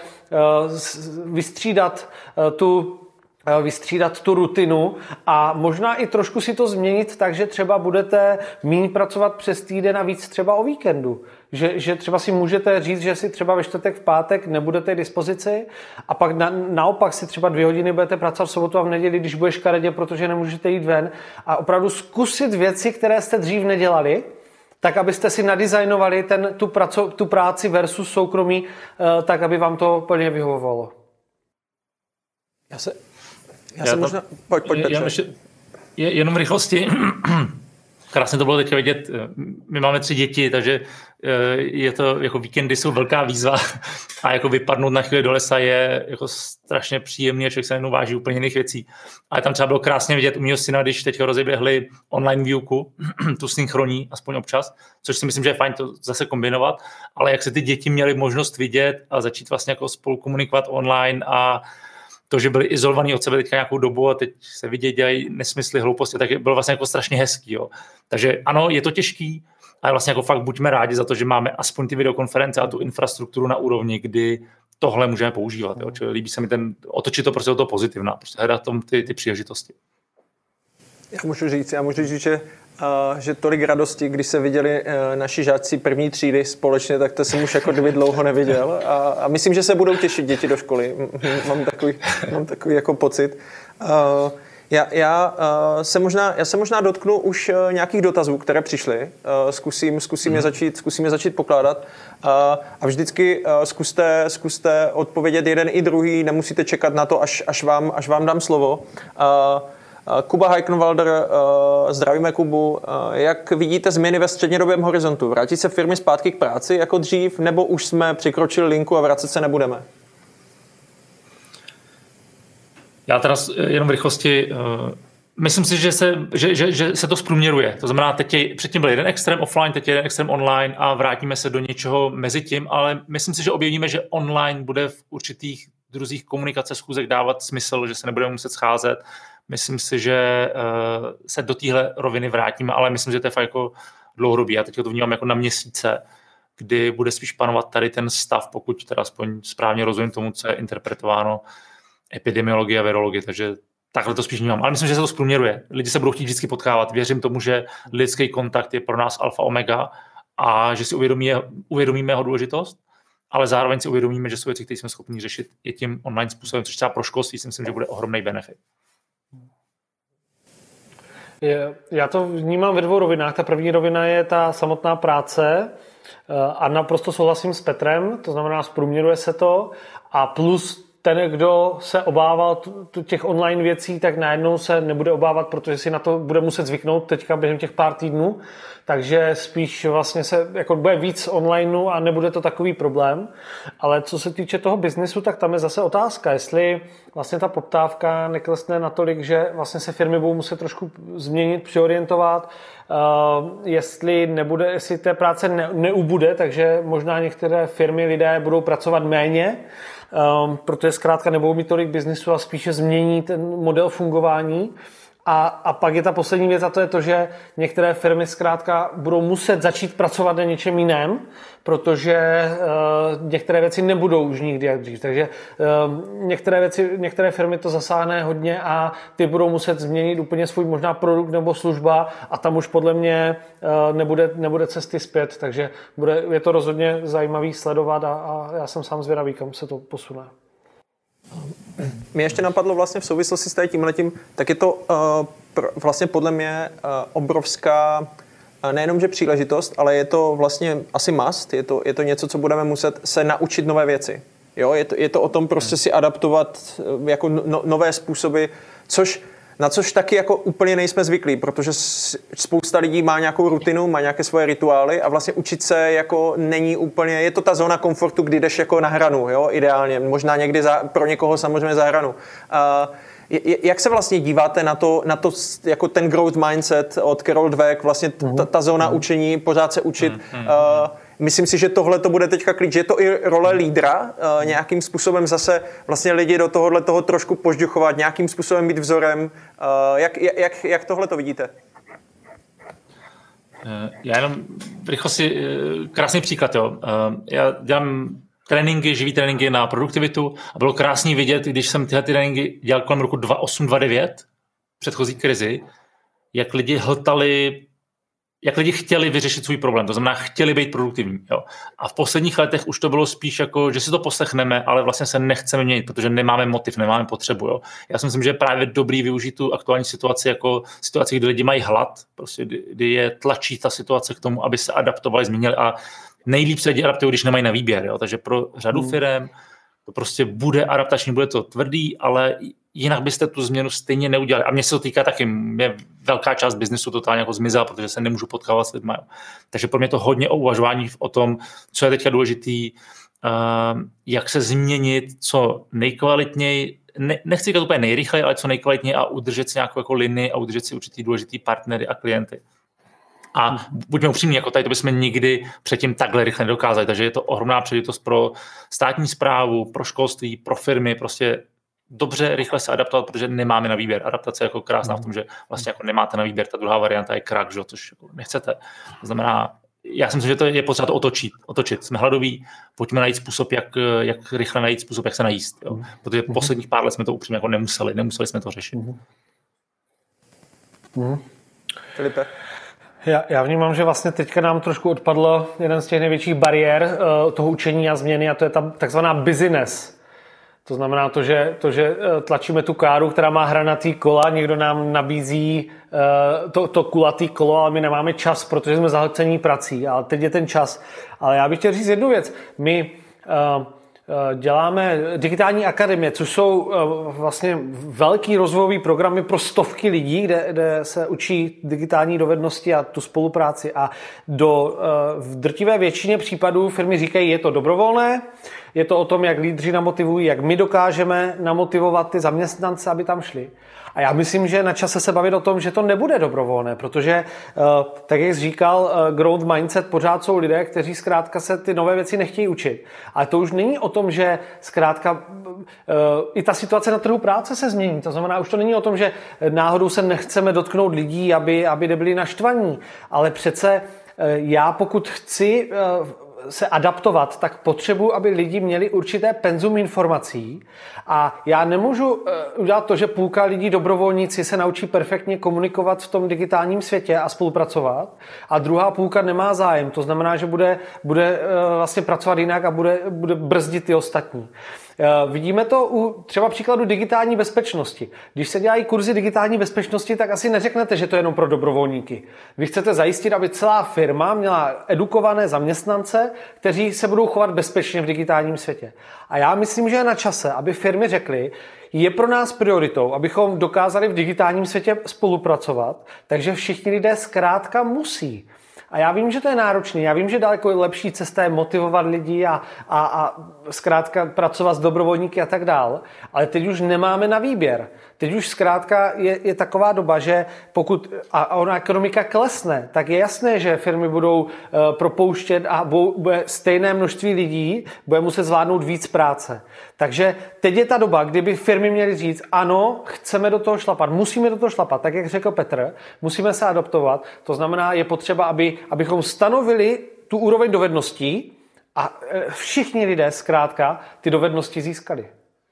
vystřídat tu vystřídat tu rutinu a možná i trošku si to změnit tak, že třeba budete méně pracovat přes týden a víc třeba o víkendu. Že, že třeba si můžete říct, že si třeba ve čtvrtek, v pátek nebudete k dispozici a pak na, naopak si třeba dvě hodiny budete pracovat v sobotu a v neděli, když bude škaredě, protože nemůžete jít ven a opravdu zkusit věci, které jste dřív nedělali, tak abyste si nadizajnovali ten, tu, praco, tu práci versus soukromí, tak aby vám to plně vyhovovalo. Já se... Já, Já jsem to, možná... Pojď, pojď, je, ještě, je, jenom v rychlosti. Krásně to bylo teď vidět. My máme tři děti, takže je to, jako víkendy jsou velká výzva a jako vypadnout na chvíli do lesa je jako strašně příjemný a člověk se najednou váží úplně jiných věcí. Ale tam třeba bylo krásně vidět u mýho syna, když teďka rozeběhli online výuku, tu synchroní, aspoň občas, což si myslím, že je fajn to zase kombinovat, ale jak se ty děti měly možnost vidět a začít vlastně jako spolu komunikovat online a to, že byli izolovaní od sebe teďka nějakou dobu a teď se vidět, dělají nesmysly, hlouposti, tak bylo vlastně jako strašně hezký. Jo. Takže ano, je to těžký, ale vlastně jako fakt buďme rádi za to, že máme aspoň ty videokonference a tu infrastrukturu na úrovni, kdy tohle můžeme používat. Jo. Čili líbí se mi ten, otočit to prostě do toho pozitivna, prostě hledat tom ty, ty příležitosti. Já můžu říct, já můžu říct, že Uh, že tolik radosti, když se viděli uh, naši žáci první třídy společně, tak to jsem už jako kdyby dlouho neviděl a, a myslím, že se budou těšit děti do školy. Mám takový, mám takový jako pocit. Uh, já, já, uh, se možná, já se možná dotknu už uh, nějakých dotazů, které přišly. Uh, zkusím, zkusím, mm. je začít, zkusím je začít pokládat uh, a vždycky uh, zkuste, zkuste odpovědět jeden i druhý, nemusíte čekat na to, až, až, vám, až vám dám slovo. Uh, Kuba Heikenwalder, zdravíme Kubu. Jak vidíte změny ve střednědobém horizontu? Vrátí se firmy zpátky k práci jako dřív, nebo už jsme překročili linku a vracet se nebudeme? Já teda jenom v rychlosti. Myslím si, že se, že, že, že se to zprůměruje. To znamená, teď je, předtím byl jeden extrém offline, teď je jeden extrém online a vrátíme se do něčeho mezi tím, ale myslím si, že objevíme, že online bude v určitých druzích komunikace schůzek dávat smysl, že se nebudeme muset scházet. Myslím si, že uh, se do téhle roviny vrátíme, ale myslím, že to je fakt jako dlouhodobý. Já teď to vnímám jako na měsíce, kdy bude spíš panovat tady ten stav, pokud teda aspoň správně rozumím tomu, co je interpretováno epidemiologie a virologie, takže takhle to spíš vnímám. Ale myslím, že se to zprůměruje. Lidi se budou chtít vždycky potkávat. Věřím tomu, že lidský kontakt je pro nás alfa omega a že si uvědomí, uvědomíme jeho důležitost, ale zároveň si uvědomíme, že jsou věci, které jsme schopni řešit i tím online způsobem, což třeba pro školství si myslím, že bude ohromný benefit. Já to vnímám ve dvou rovinách. Ta první rovina je ta samotná práce a naprosto souhlasím s Petrem, to znamená, zprůměruje se to a plus ten, kdo se obával těch online věcí, tak najednou se nebude obávat, protože si na to bude muset zvyknout teďka během těch pár týdnů, takže spíš vlastně se jako bude víc onlineu a nebude to takový problém. Ale co se týče toho biznesu, tak tam je zase otázka, jestli vlastně ta poptávka neklesne natolik, že vlastně se firmy budou muset trošku změnit, přiorientovat, uh, jestli nebude, jestli té práce ne, neubude, takže možná některé firmy, lidé budou pracovat méně, Um, protože zkrátka nebudou mít tolik biznisu a spíše změní ten model fungování. A, a pak je ta poslední věc a to je to, že některé firmy zkrátka budou muset začít pracovat na něčem jiném, protože uh, některé věci nebudou už nikdy jak dřív. Takže uh, některé, věci, některé firmy to zasáhne hodně a ty budou muset změnit úplně svůj možná produkt nebo služba a tam už podle mě uh, nebude, nebude cesty zpět. Takže bude, je to rozhodně zajímavý sledovat a, a já jsem sám zvědavý, kam se to posune. Mě ještě napadlo vlastně v souvislosti s tímhletím, tak je to uh, pr- vlastně podle mě uh, obrovská uh, nejenom, že příležitost, ale je to vlastně asi must, je to, je to něco, co budeme muset se naučit nové věci. Jo? Je to, je to o tom prostě si adaptovat uh, jako no, nové způsoby, což Na což taky jako úplně nejsme zvyklí, protože spousta lidí má nějakou rutinu, má nějaké svoje rituály a vlastně učit se jako není úplně, je to ta zóna komfortu, kdy jdeš jako na hranu, jo, ideálně, možná někdy za, pro někoho samozřejmě za hranu. Uh, Jak se vlastně díváte na to, na to jako ten growth mindset od Carol Dweck, vlastně ta, ta zóna učení, pořád se učit. Uh, myslím si, že tohle to bude teďka klíč. Je to i role lídra, uh, nějakým způsobem zase vlastně lidi do tohohle toho trošku požduchovat, nějakým způsobem být vzorem. Uh, jak, jak, jak tohle to vidíte? Já jenom v rychlosti, krásný příklad, jo. Já dělám tréninky, živý tréninky na produktivitu a bylo krásný vidět, když jsem tyhle tréninky dělal kolem roku dva osm dva devět, předchozí krizi, jak lidi hltali, jak lidi chtěli vyřešit svůj problém, to znamená chtěli být produktivní. Jo. A v posledních letech už to bylo spíš jako, že si to poslechneme, ale vlastně se nechceme měnit, protože nemáme motiv, nemáme potřebu. Jo. Já si myslím, že je právě dobrý využít tu aktuální situaci jako situaci, kdy lidi mají hlad, prostě kdy je tlačí ta situace k tomu, aby se adaptovali, změnili a nejlíp se lidi adaptují, když nemají na výběr. Jo. Takže pro řadu hmm. firem to prostě bude adaptační, bude to tvrdý, ale jinak byste tu změnu stejně neudělali. A mně se to týká taky, mě velká část biznesu totálně jako zmizela, protože se nemůžu potkávat s lidmi. Jo. Takže pro mě to hodně o uvažování o tom, co je teďka důležitý, uh, jak se změnit, co nejkvalitněji, ne, nechci říkat úplně nejrychleji, ale co nejkvalitněji a udržet si nějakou jako linii a udržet si určitý důležitý partnery a klienty. A buďme upřímní, jako tady to bychom nikdy předtím takhle rychle nedokázali, takže je to ohromná příležitost pro státní správu, pro školství, pro firmy, prostě dobře, rychle se adaptovat, protože nemáme na výběr. Adaptace je jako krásná v tom, že vlastně jako nemáte na výběr, ta druhá varianta je krak, že? Což jako nechcete. To znamená, já si myslím, že to je potřeba to otočit. otočit. Jsme hladoví, pojďme najít způsob, jak, jak rychle najít způsob, jak se najíst. Jo? Protože posledních pár let jsme to upřímně jako nemuseli, nemuseli jsme to řešit. Filipe? Já, já vnímám, že vlastně teďka nám trošku odpadlo jeden z těch největších bariér uh, toho učení a změny, a to je ta takzvaná business. To znamená to, že, to, že tlačíme tu káru, která má hranatý kola, někdo nám nabízí uh, to, to kulatý kolo, ale my nemáme čas, protože jsme zahlcení prací. Ale teď je ten čas. Ale já bych chtěl říct jednu věc. My uh, děláme digitální akademie, což jsou vlastně velký rozvojový programy pro stovky lidí, kde, kde se učí digitální dovednosti a tu spolupráci. A do, v drtivé většině případů firmy říkají, je to dobrovolné, je to o tom, jak lídři namotivují, jak my dokážeme namotivovat ty zaměstnance, aby tam šli. A já myslím, že na čase se bavit o tom, že to nebude dobrovolné, protože, tak jak jsi říkal, growth mindset, pořád jsou lidé, kteří zkrátka se ty nové věci nechtějí učit. Ale to už není o tom, že zkrátka i ta situace na trhu práce se změní. To znamená, už to není o tom, že náhodou se nechceme dotknout lidí, aby, aby nebyli naštvaní. Ale přece já pokud chci se adaptovat, tak potřebuji, aby lidi měli určité penzum informací a já nemůžu udělat to, že půlka lidí dobrovolníci se naučí perfektně komunikovat v tom digitálním světě a spolupracovat a druhá půlka nemá zájem. To znamená, že bude, bude vlastně pracovat jinak a bude, bude brzdit ty ostatní. Vidíme to u třeba příkladu digitální bezpečnosti. Když se dělají kurzy digitální bezpečnosti, tak asi neřeknete, že to je jenom pro dobrovolníky. Vy chcete zajistit, aby celá firma měla edukované zaměstnance, kteří se budou chovat bezpečně v digitálním světě. A já myslím, že je na čase, aby firmy řekly, je pro nás prioritou, abychom dokázali v digitálním světě spolupracovat, takže všichni lidé zkrátka musí. A já vím, že to je náročné, já vím, že daleko lepší cesta je motivovat lidi a, a, a zkrátka pracovat s dobrovolníky a tak dál, ale teď už nemáme na výběr. Teď už zkrátka je, je taková doba, že pokud a ona ekonomika klesne, tak je jasné, že firmy budou uh, propouštět a bude stejné množství lidí, bude muset zvládnout víc práce. Takže teď je ta doba, kdyby firmy měly říct, ano, chceme do toho šlapat, musíme do toho šlapat, tak jak řekl Petr, musíme se adaptovat, to znamená, je potřeba, aby, abychom stanovili tu úroveň dovedností a všichni lidé zkrátka ty dovednosti získali.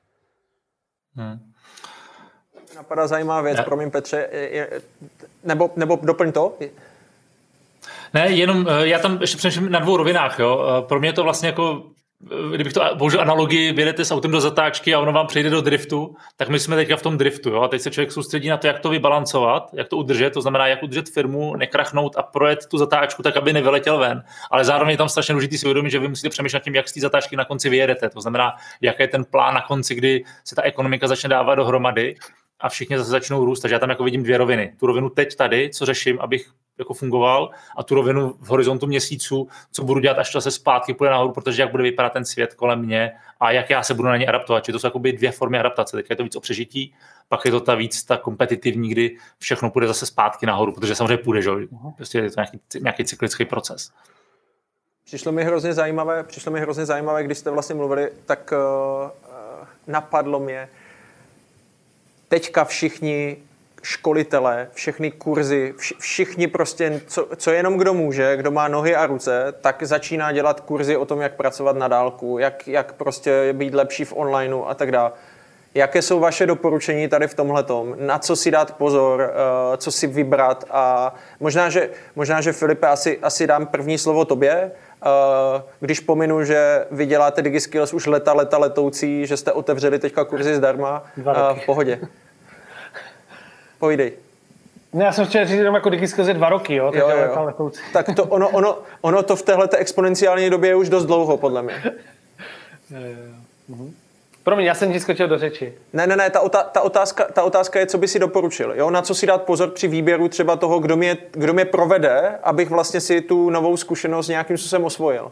Hmm. Napadá zajímavá věc, ne. Promiň Petře, je, nebo, nebo doplň to? Ne, jenom já tam ještě přemýšlím na dvou rovinách. Jo. Pro mě je to vlastně jako, kdybych to použil analogii, vyjedete s autem do zatáčky a ono vám přejde do driftu, tak my jsme teďka v tom driftu. Jo. A teď se člověk soustředí na to, jak to vybalancovat, jak to udržet, to znamená, jak udržet firmu, nekrachnout a projet tu zatáčku tak, aby nevyletěl ven. Ale zároveň je tam strašně důležitý si uvědomit, že vy musíte přemýšlet nad tím, jak z té zatáčky na konci vyjedete. To znamená, jaký je ten plán na konci, kdy se ta ekonomika začne dávat dohromady. a všichni zase začnou růst, takže já tam jako vidím dvě roviny. Tu rovinu teď tady, co řeším, abych jako fungoval, a tu rovinu v horizontu měsíců, co budu dělat, až to se zpátky půjde nahoru, protože jak bude vypadat ten svět kolem mě a jak já se budu na ně adaptovat. Čiže to jsou jakoby dvě formy adaptace. Teď je to víc o přežití, pak je to ta víc ta kompetitivní, kdy všechno půjde zase zpátky nahoru, protože samozřejmě půjde, že prostě je to nějaký, nějaký cyklický proces. Přišlo mi hrozně zajímavé, přišlo mi hrozně zajímavé, když jste vlastně mluvili, tak uh, napadlo mě, teďka všichni školitelé, všechny kurzy, vš, všichni prostě, co, co jenom kdo může, kdo má nohy a ruce, tak začíná dělat kurzy o tom, jak pracovat na dálku, jak, jak prostě být lepší v onlineu a tak dále. Jaké jsou vaše doporučení tady v tomhletom? Na co si dát pozor, uh, co si vybrat? A možná, že, možná, že Filipe, asi, asi dám první slovo tobě. Uh, když pominu, že vy děláte DigiSkills už leta, leta letoucí, že jste otevřeli teďka kurzy zdarma, uh, v pohodě. Pojdej. Ne, já jsem chtěl říct jenom jako DigiSkills je dva roky, jo, jo, jo. Leta letoucí. Tak to ono, ono, ono to v téhleté exponenciální době je už dost dlouho, podle mě. Jo, jo, jo. Mhm. Promiň, já jsem ti skočil do řeči. Ne, ne, ne, ta, otá- ta, otázka, ta otázka je, co by si doporučil. Jo? Na co si dát pozor při výběru třeba toho, kdo mě, kdo mě provede, abych vlastně si tu novou zkušenost nějakým způsobem osvojil.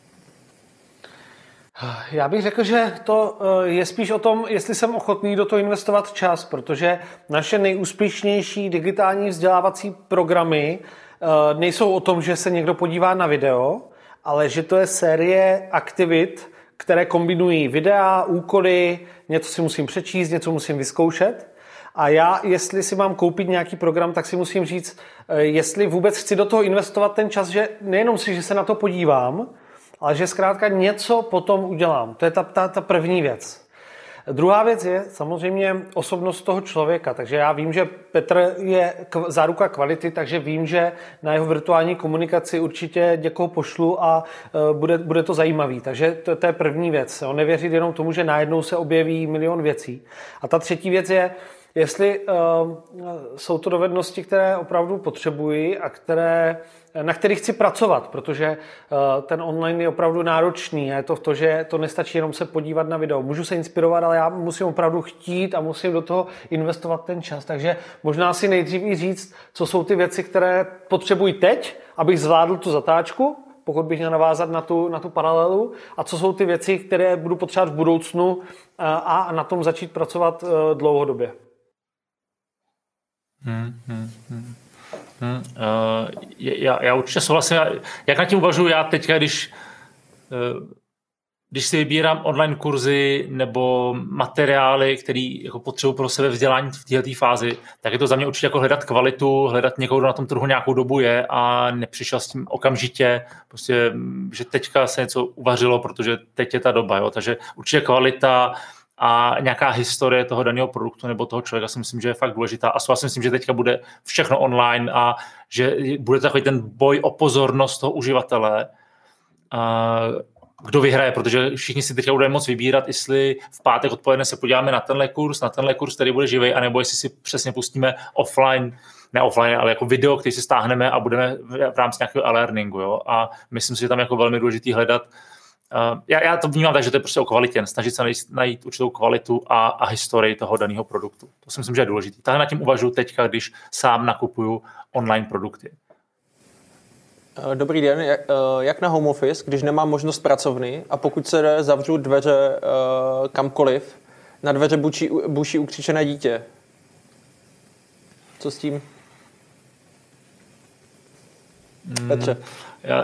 Já bych řekl, že to je spíš o tom, jestli jsem ochotný do toho investovat čas, protože naše nejúspěšnější digitální vzdělávací programy nejsou o tom, že se někdo podívá na video, ale že to je série aktivit, které kombinují videa, úkoly, něco si musím přečíst, něco musím vyzkoušet. A já, jestli si mám koupit nějaký program, tak si musím říct, jestli vůbec chci do toho investovat ten čas, že nejenom si, že se na to podívám, ale že zkrátka něco potom udělám. To je ta, ta, ta první věc. Druhá věc je samozřejmě osobnost toho člověka. Takže já vím, že Petr je záruka kvality, takže vím, že na jeho virtuální komunikaci určitě někoho pošlu a bude, bude to zajímavý. Takže to, to je první věc. On nevěřit jenom tomu, že najednou se objeví milion věcí. A ta třetí věc je, jestli uh, jsou to dovednosti, které opravdu potřebuji a které, na kterých chci pracovat, protože uh, ten online je opravdu náročný a je to v to, že to nestačí jenom se podívat na video. Můžu se inspirovat, ale já musím opravdu chtít a musím do toho investovat ten čas. Takže možná si nejdřív i říct, co jsou ty věci, které potřebuji teď, abych zvládl tu zatáčku, pokud bych měl navázat na tu, na tu paralelu, a co jsou ty věci, které budu potřebovat v budoucnu uh, a na tom začít pracovat uh, dlouhodobě. Hmm, hmm, hmm. Hmm, uh, já, já určitě souhlasím. Jak na tím uvažuji já teďka, když, uh, když si vybírám online kurzy nebo materiály, které jako potřebuji pro sebe vzdělání v této fázi, tak je to za mě určitě jako hledat kvalitu, hledat někoho, kdo na tom trhu nějakou dobu je a nepřišel s tím okamžitě, prostě, že teďka se něco uvařilo, protože teď je ta doba. Jo? Takže určitě kvalita a nějaká historie toho daného produktu nebo toho člověka si myslím, že je fakt důležitá. A souhlasím myslím, že teďka bude všechno online a že bude takový ten boj o pozornost toho uživatele, a kdo vyhraje, protože všichni si teďka budeme moc vybírat, jestli v pátek odpoledne se podíváme na tenhle kurz, na tenhle kurz, který bude živý, anebo jestli si přesně pustíme offline, ne offline, ale jako video, který si stáhneme a budeme v rámci nějakého e-learningu. Jo? A myslím si, že tam je jako velmi důležitý hledat. Uh, já, já to vnímám tak, že to je prostě o kvalitě, snažit se najít, najít určitou kvalitu a, a historii toho daného produktu. To si myslím, že je důležité. Tak nad tím uvažuji teďka, když sám nakupuju online produkty. Dobrý den, jak, jak na home office, když nemám možnost pracovny a pokud se zavřu dveře kamkoliv, na dveře bučí, buší ukřičené dítě. Co s tím? Mm, Petře. Já...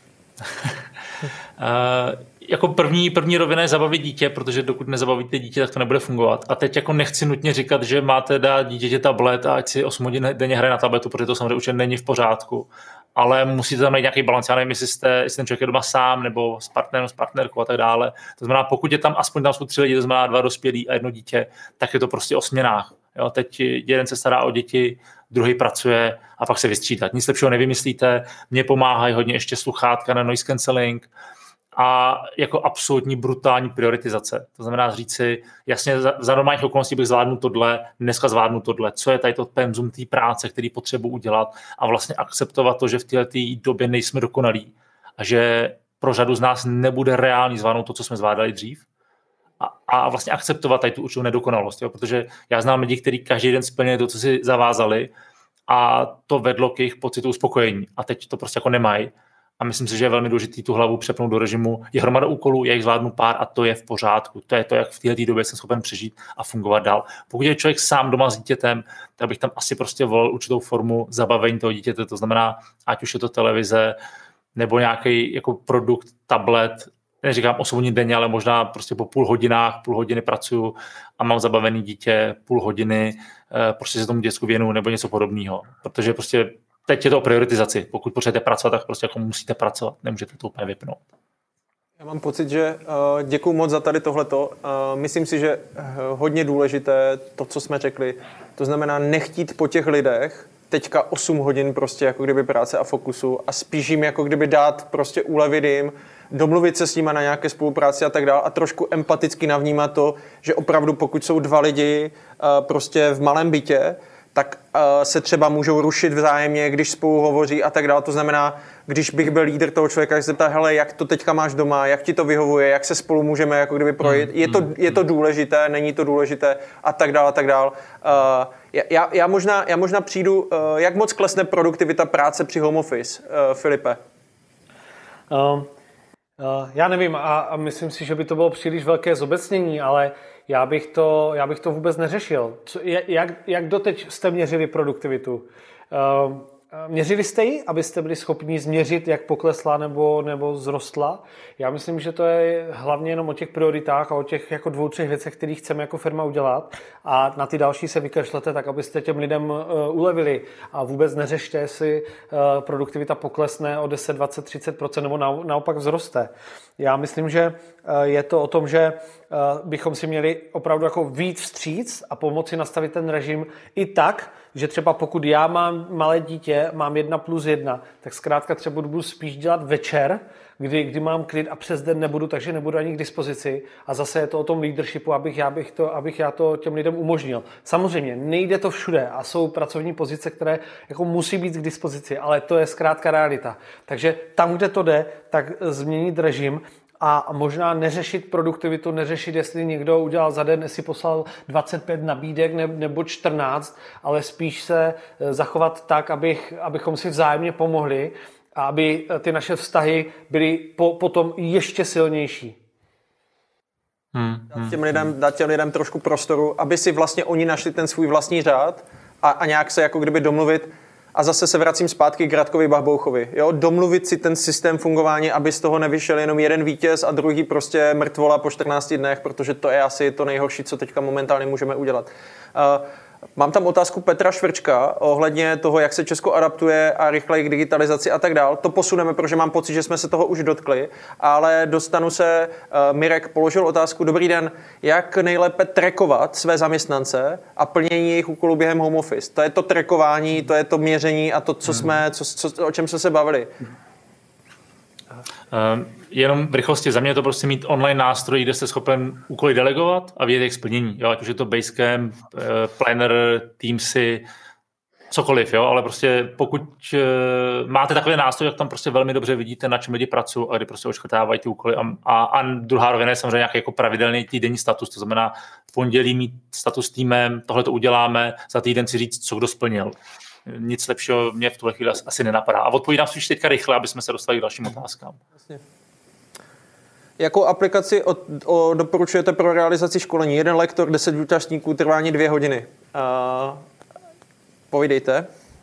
Uh, jako první, první rovina je zabavit dítě, protože dokud nezabavíte dítě, tak to nebude fungovat. A teď jako nechci nutně říkat, že máte dát dítěti tablet a ať si osm hodin denně hraje na tabletu, protože to samozřejmě určitě není v pořádku. Ale musíte tam najít nějaký balans. Já nevím, jestli, jste, jestli ten člověk je doma sám nebo s partnerem, s partnerkou a tak dále. To znamená, pokud je tam aspoň tam jsou tři lidi, to znamená dva dospělí a jedno dítě, tak je to prostě o směnách. Jo, teď jeden se stará o děti, druhý pracuje a pak se vystřídat. Nic lepšího nevymyslíte. Mně pomáhají hodně ještě sluchátka na noise cancelling a jako absolutní brutální prioritizace. To znamená říct si, jasně za, za normálních okolností bych zvládnul tohle, dneska zvládnu tohle, co je tady to penzum té práce, který potřebuji udělat a vlastně akceptovat to, že v této době nejsme dokonalí a že pro řadu z nás nebude reálný zvládnout to, co jsme zvládali dřív. A a vlastně akceptovat tady tu určitou nedokonalost, jo? Protože já znám lidi, kteří každý den splnili to, co si zavázali a to vedlo k jejich pocitu uspokojení a teď to prostě jako nemají. A myslím si, že je velmi důležité tu hlavu přepnout do režimu. Je hromada úkolů, já jich zvládnu pár a to je v pořádku. To je to, jak v této době jsem schopen přežít a fungovat dál. Pokud je člověk sám doma s dítětem, tak bych tam asi prostě volil určitou formu zabavení toho dítěte. To znamená, ať už je to televize nebo nějaký jako produkt, tablet, neříkám osm denně, ale možná prostě po půl hodinách, půl hodiny pracuju a mám zabavený dítě, půl hodiny, prostě se tomu dětsku věnu nebo něco podobného. Protože prostě teď je to o prioritizaci. Pokud potřebujete pracovat, tak prostě jako musíte pracovat. Nemůžete to úplně vypnout. Já mám pocit, že uh, děkuju moc za tady tohleto. Uh, myslím si, že uh, hodně důležité to, co jsme řekli. To znamená nechtít po těch lidech teďka osm hodin prostě jako kdyby práce a fokusu a spíš jim jako kdyby dát prostě ulevit jim, domluvit se s nima na nějaké spolupráci a tak dále a trošku empaticky navnímat to, že opravdu pokud jsou dva lidi uh, prostě v malém bytě, tak uh, se třeba můžou rušit vzájemně, když spolu hovoří a tak dále. To znamená, když bych byl lídr toho člověka, tak se zeptá, hele, jak to teďka máš doma, jak ti to vyhovuje, jak se spolu můžeme jako kdyby projít. Je to, je to důležité, není to důležité a tak dále a tak dále. Uh, já, já, možná, já možná přijdu, uh, jak moc klesne produktivita práce při home office, uh, Filipe? Um, uh, já nevím a, a myslím si, že by to bylo příliš velké zobecnění, ale Já bych to, já bych to vůbec neřešil. Co, jak, jak doteď jste měřili produktivitu? Uh, měřili jste ji, abyste byli schopni změřit, jak poklesla nebo, nebo zrostla? Já myslím, že to je hlavně jenom o těch prioritách a o těch jako dvou, třech věcech, které chceme jako firma udělat a na ty další se vykašlete tak, abyste těm lidem uh, ulevili a vůbec neřešte, jestli uh, produktivita poklesne o deset, dvacet, třicet procent nebo na, naopak vzroste. Já myslím, že je to o tom, že bychom si měli opravdu jako vyjít vstříc a pomoci nastavit ten režim i tak, že třeba pokud já mám malé dítě, mám jedna plus jedna, tak zkrátka třeba budu spíš dělat večer, kdy, kdy mám klid a přes den nebudu, takže nebudu ani k dispozici. A zase je to o tom leadershipu, abych já, bych to, abych já to těm lidem umožnil. Samozřejmě nejde to všude a jsou pracovní pozice, které jako musí být k dispozici, ale to je zkrátka realita. Takže tam, kde to jde, tak změnit režim a možná neřešit produktivitu, neřešit, jestli někdo udělal za den, jestli poslal dvacet pět nabídek nebo čtrnáct, ale spíš se zachovat tak, abych, abychom si vzájemně pomohli a aby ty naše vztahy byly po, potom ještě silnější. Hmm, hmm, dát, těm lidem, dát těm lidem trošku prostoru, aby si vlastně oni našli ten svůj vlastní řád a, a nějak se jako kdyby domluvit. A zase se vracím zpátky k Radkovi Bahbouchovi. Jo? Domluvit si ten systém fungování, aby z toho nevyšel jenom jeden vítěz a druhý prostě mrtvola po čtrnácti dnech, protože to je asi to nejhorší, co teďka momentálně můžeme udělat. Uh, Mám tam otázku Petra Švrčka ohledně toho, jak se Česko adaptuje a rychleji k digitalizaci a tak dál. To posuneme, protože mám pocit, že jsme se toho už dotkli, ale dostanu se, uh, Mirek položil otázku, dobrý den, jak nejlépe trackovat své zaměstnance a plnění jejich úkolů během home office. To je to trackování, to je to měření a to, co jsme, co, co, o čem jsme se bavili. Uh, jenom v rychlosti, za mě je to prostě mít online nástroj, kde jste schopen úkoly delegovat a vědět jejich splnění. Jo? Ať už je to Basecamp, uh, Planner, Teamsy, cokoliv, jo? Ale prostě pokud uh, máte takový nástroj, tak tam prostě velmi dobře vidíte, na čem lidi pracují a kdy prostě oškrtávají ty úkoly. A, a, a druhá rovina je samozřejmě nějaký jako pravidelný týdenní status, to znamená v pondělí mít status týmem, tohle to uděláme, za týden si říct, co kdo splnil. Nic lepšího mě v tuhle chvíli asi nenapadá. A odpovídám si teďka rychle, aby jsme se dostali k dalším otázkám. Jasně. Jakou aplikaci od, o, doporučujete pro realizaci školení? Jeden lektor, deset účastníků, trvání dvě hodiny. Uh, povídejte.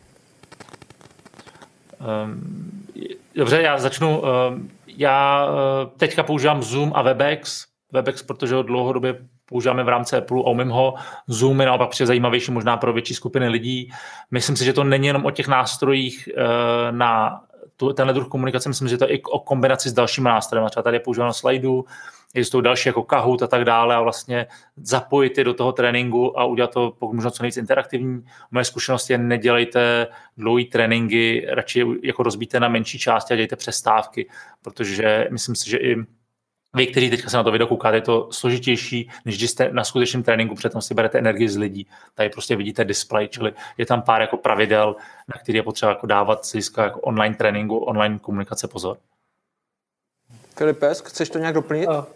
Um, dobře, já začnu. Um, já uh, teďka používám Zoom a Webex. Webex, protože ho dlouhodobě používáme v rámci Apple a umím ho. Zoom je naopak přijde zajímavější možná pro větší skupiny lidí. Myslím si, že to není jenom o těch nástrojích uh, na tu, tenhle druh komunikace, myslím, že to je i o kombinaci s dalšími nástroji. Třeba tady je používám na slajdu, existují další jako Kahoot a tak dále a vlastně zapojit je do toho tréninku a udělat to pokud možno co nejvíc interaktivní. Moje zkušenost je, nedělejte dlouhý tréninky, radši jako rozbíjte na menší části a dějte přestávky, protože myslím si, že i vy, kteří teďka se na to video koukáte, je to složitější, než když jste na skutečném tréninku, přitom si berete energii z lidí. Tady prostě vidíte display, čili je tam pár jako pravidel, na které je potřeba jako dávat z jako online tréninku, online komunikace pozor. Filipe, chceš to nějak doplnit? Uh,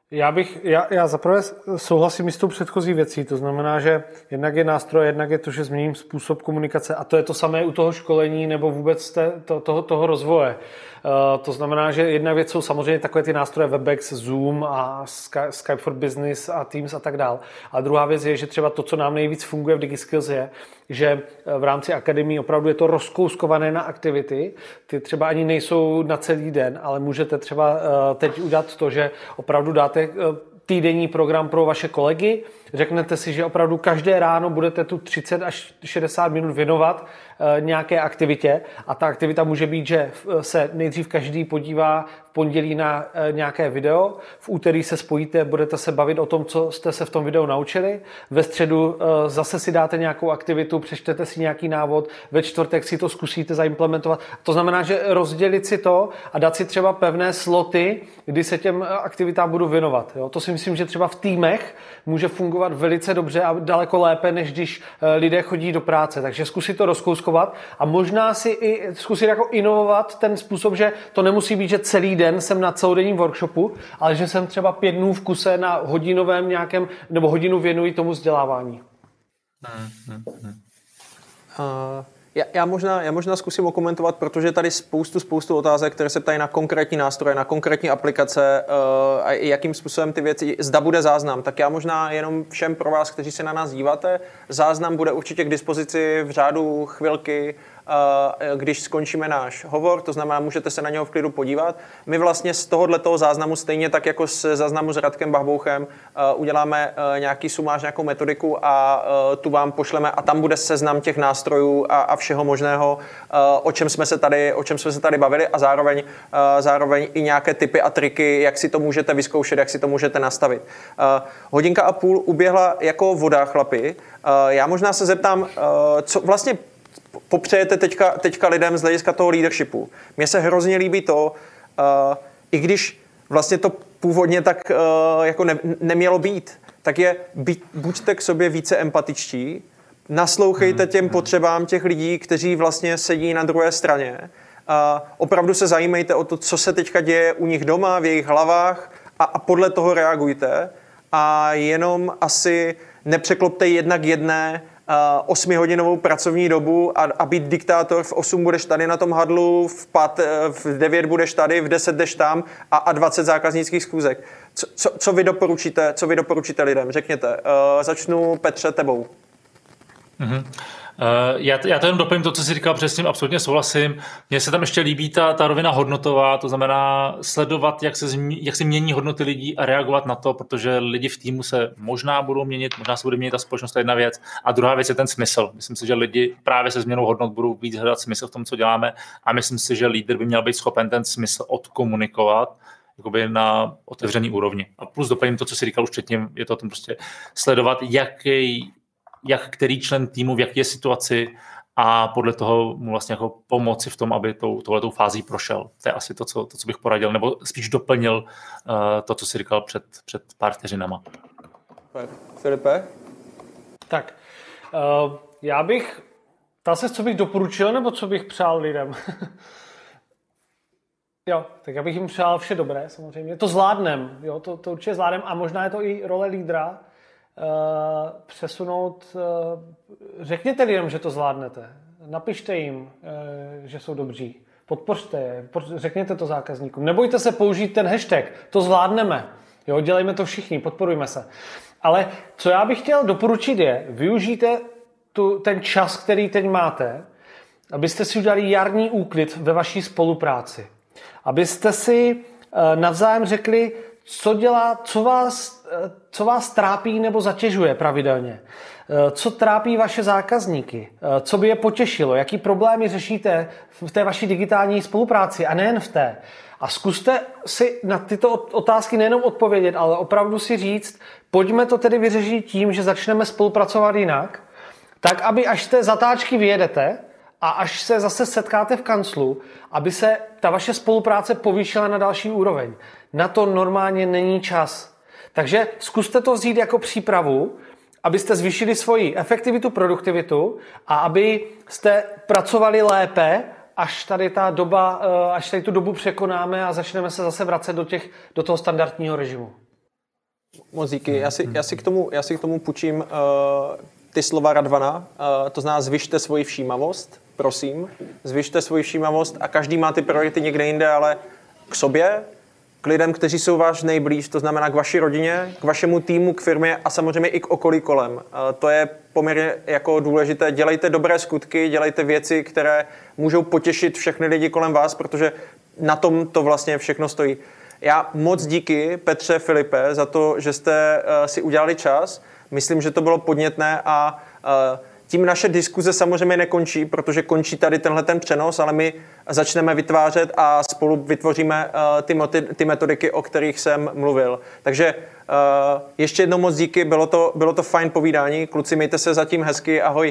Já bych, já, já zaprvé souhlasím s tou předchozí věcí, to znamená, že jednak je nástroj, jednak je to, že změním způsob komunikace a to je to samé u toho školení nebo vůbec té, to, toho, toho rozvoje. Uh, to znamená, že jedna věc jsou samozřejmě takové ty nástroje Webex, Zoom a Skype, Skype for Business a Teams a tak dál. A druhá věc je, že třeba to, co nám nejvíc funguje v DigiSkills je, že v rámci akademie opravdu je to rozkouskované na aktivity. Ty třeba ani nejsou na celý den, ale můžete třeba uh, teď udělat to, že opravdu dáte uh, týdenní program pro vaše kolegy. Řeknete si, že opravdu každé ráno budete tu třicet až šedesát minut věnovat e, nějaké aktivitě a ta aktivita může být, že se nejdřív každý podívá v pondělí na e, nějaké video, v úterý se spojíte, budete se bavit o tom, co jste se v tom videu naučili, ve středu e, zase si dáte nějakou aktivitu, přečtete si nějaký návod, ve čtvrtek si to zkusíte zaimplementovat. To znamená, že rozdělit si to a dát si třeba pevné sloty, kdy se těm aktivitám budu věnovat. Jo? To si myslím, že třeba v týmech může fungovat velice dobře a daleko lépe, než když lidé chodí do práce. Takže zkusit to rozkouskovat a možná si i zkusit jako inovovat ten způsob, že to nemusí být, že celý den jsem na celodenním workshopu, ale že jsem třeba pět dnů v kuse na hodinovém nějakém, nebo hodinu věnuji tomu vzdělávání. Hmm, hmm, hmm. Uh... Já, já, možná, já možná zkusím okomentovat, protože tady spoustu, spoustu otázek, které se ptají na konkrétní nástroje, na konkrétní aplikace uh, a jakým způsobem ty věci, zda bude záznam. Tak já možná jenom všem pro vás, kteří se na nás díváte, záznam bude určitě k dispozici v řádu chvilky, když skončíme náš hovor, to znamená, můžete se na něho v klidu podívat. My vlastně z tohoto záznamu, stejně tak jako z záznamu s Radkem Bahbouchem, uděláme nějaký sumář, nějakou metodiku a tu vám pošleme a tam bude seznam těch nástrojů a, a všeho možného, o čem jsme se tady, o čem jsme se tady bavili a zároveň, zároveň i nějaké tipy a triky, jak si to můžete vyzkoušet, jak si to můžete nastavit. Hodinka a půl uběhla jako voda, chlapi. Já možná se zeptám, co vlastně popřejete teďka, teďka lidem z hlediska toho leadershipu. Mně se hrozně líbí to, uh, i když vlastně to původně tak uh, jako ne, nemělo být, tak je být, buďte k sobě více empatičtí, naslouchejte těm potřebám těch lidí, kteří vlastně sedí na druhé straně. Uh, opravdu se zajímejte o to, co se teďka děje u nich doma, v jejich hlavách a, a podle toho reagujte. A jenom asi nepřeklopte jednak jedné osmihodinovou pracovní dobu a, a být diktátor, v osm budeš tady na tom hadlu, v, pat, v devět budeš tady, v deset jdeš tam a, a dvacet zákaznických schůzek. Co, co, co, vy doporučíte, co vy doporučíte lidem? Řekněte. Uh, začnu, Petře, tebou. Mm-hmm. Já, já to jenom doplním to, co jsi říkal, přesně absolutně souhlasím. Mně se tam ještě líbí ta, ta rovina hodnotová, to znamená sledovat, jak se, zmi, jak se mění hodnoty lidí a reagovat na to, protože lidi v týmu se možná budou měnit, možná se bude měnit ta společnost, to je jedna věc. A druhá věc je ten smysl. Myslím si, že lidi právě se změnou hodnot budou víc hledat smysl v tom, co děláme a myslím si, že lídr by měl být schopen ten smysl odkomunikovat jakoby na otevřený úrovni. A plus doplním to, co jsi říkal už předtím, je to o tom prostě sledovat, jaký jak který člen týmu, v jaké situaci a podle toho mu vlastně jako pomoci v tom, aby tou, touhletou fází prošel. To je asi to, co, to, co bych poradil, nebo spíš doplnil uh, to, co jsi říkal před, před pár vteřinama. Filipe? Tak, uh, já bych, ptal se, co bych doporučil, nebo co bych přál lidem? Jo, tak já bych jim přál vše dobré, samozřejmě. To zvládnem, jo, to, to určitě zvládnem a možná je to i role lídra, Uh, přesunout, uh, řekněte lidem, že to zvládnete. Napište jim, uh, že jsou dobří. Podpořte je, řekněte to zákazníkům. Nebojte se použít ten hashtag, to zvládneme. Jo, dělejme to všichni, podporujme se. Ale co já bych chtěl doporučit je, využijte tu, ten čas, který teď máte, abyste si udělali jarní úklid ve vaší spolupráci. Abyste si uh, navzájem řekli, co dělá, co vás, co vás trápí nebo zatěžuje pravidelně, co trápí vaše zákazníky, co by je potěšilo, jaký problémy řešíte v té vaší digitální spolupráci a nejen v té. A zkuste si na tyto otázky nejenom odpovědět, ale opravdu si říct, pojďme to tedy vyřešit tím, že začneme spolupracovat jinak, tak aby až z té zatáčky vyjedete a až se zase setkáte v kanclu, aby se ta vaše spolupráce povýšila na další úroveň. Na to normálně není čas. Takže zkuste to vzít jako přípravu, abyste zvýšili svoji efektivitu, produktivitu a abyste pracovali lépe, až tady ta doba, až tady tu dobu překonáme a začneme se zase vracet do, těch, do toho standardního režimu. Moc díky. Já si, já si, k, tomu, já si k tomu půjčím uh, ty slova Radvana. Uh, to znamená, zvyšte svoji všímavost, prosím. Zvyšte svoji všímavost a každý má ty priority někde jinde, ale k sobě, k lidem, kteří jsou váš nejblíž, to znamená k vaší rodině, k vašemu týmu, k firmě a samozřejmě i k okolí kolem. Uh, to je poměrně jako důležité. Dělejte dobré skutky, dělejte věci, které můžou potěšit všechny lidi kolem vás, protože na tom to vlastně všechno stojí. Já moc díky Petře, Filipe, za to, že jste uh, si udělali čas. Myslím, že to bylo podnětné a uh, tím naše diskuze samozřejmě nekončí, protože končí tady tenhle ten přenos, ale my začneme vytvářet a spolu vytvoříme uh, ty, moti- ty metodiky, o kterých jsem mluvil. Takže uh, ještě jednou moc díky, bylo to, bylo to fajn povídání. Kluci, mějte se zatím hezky, ahoj.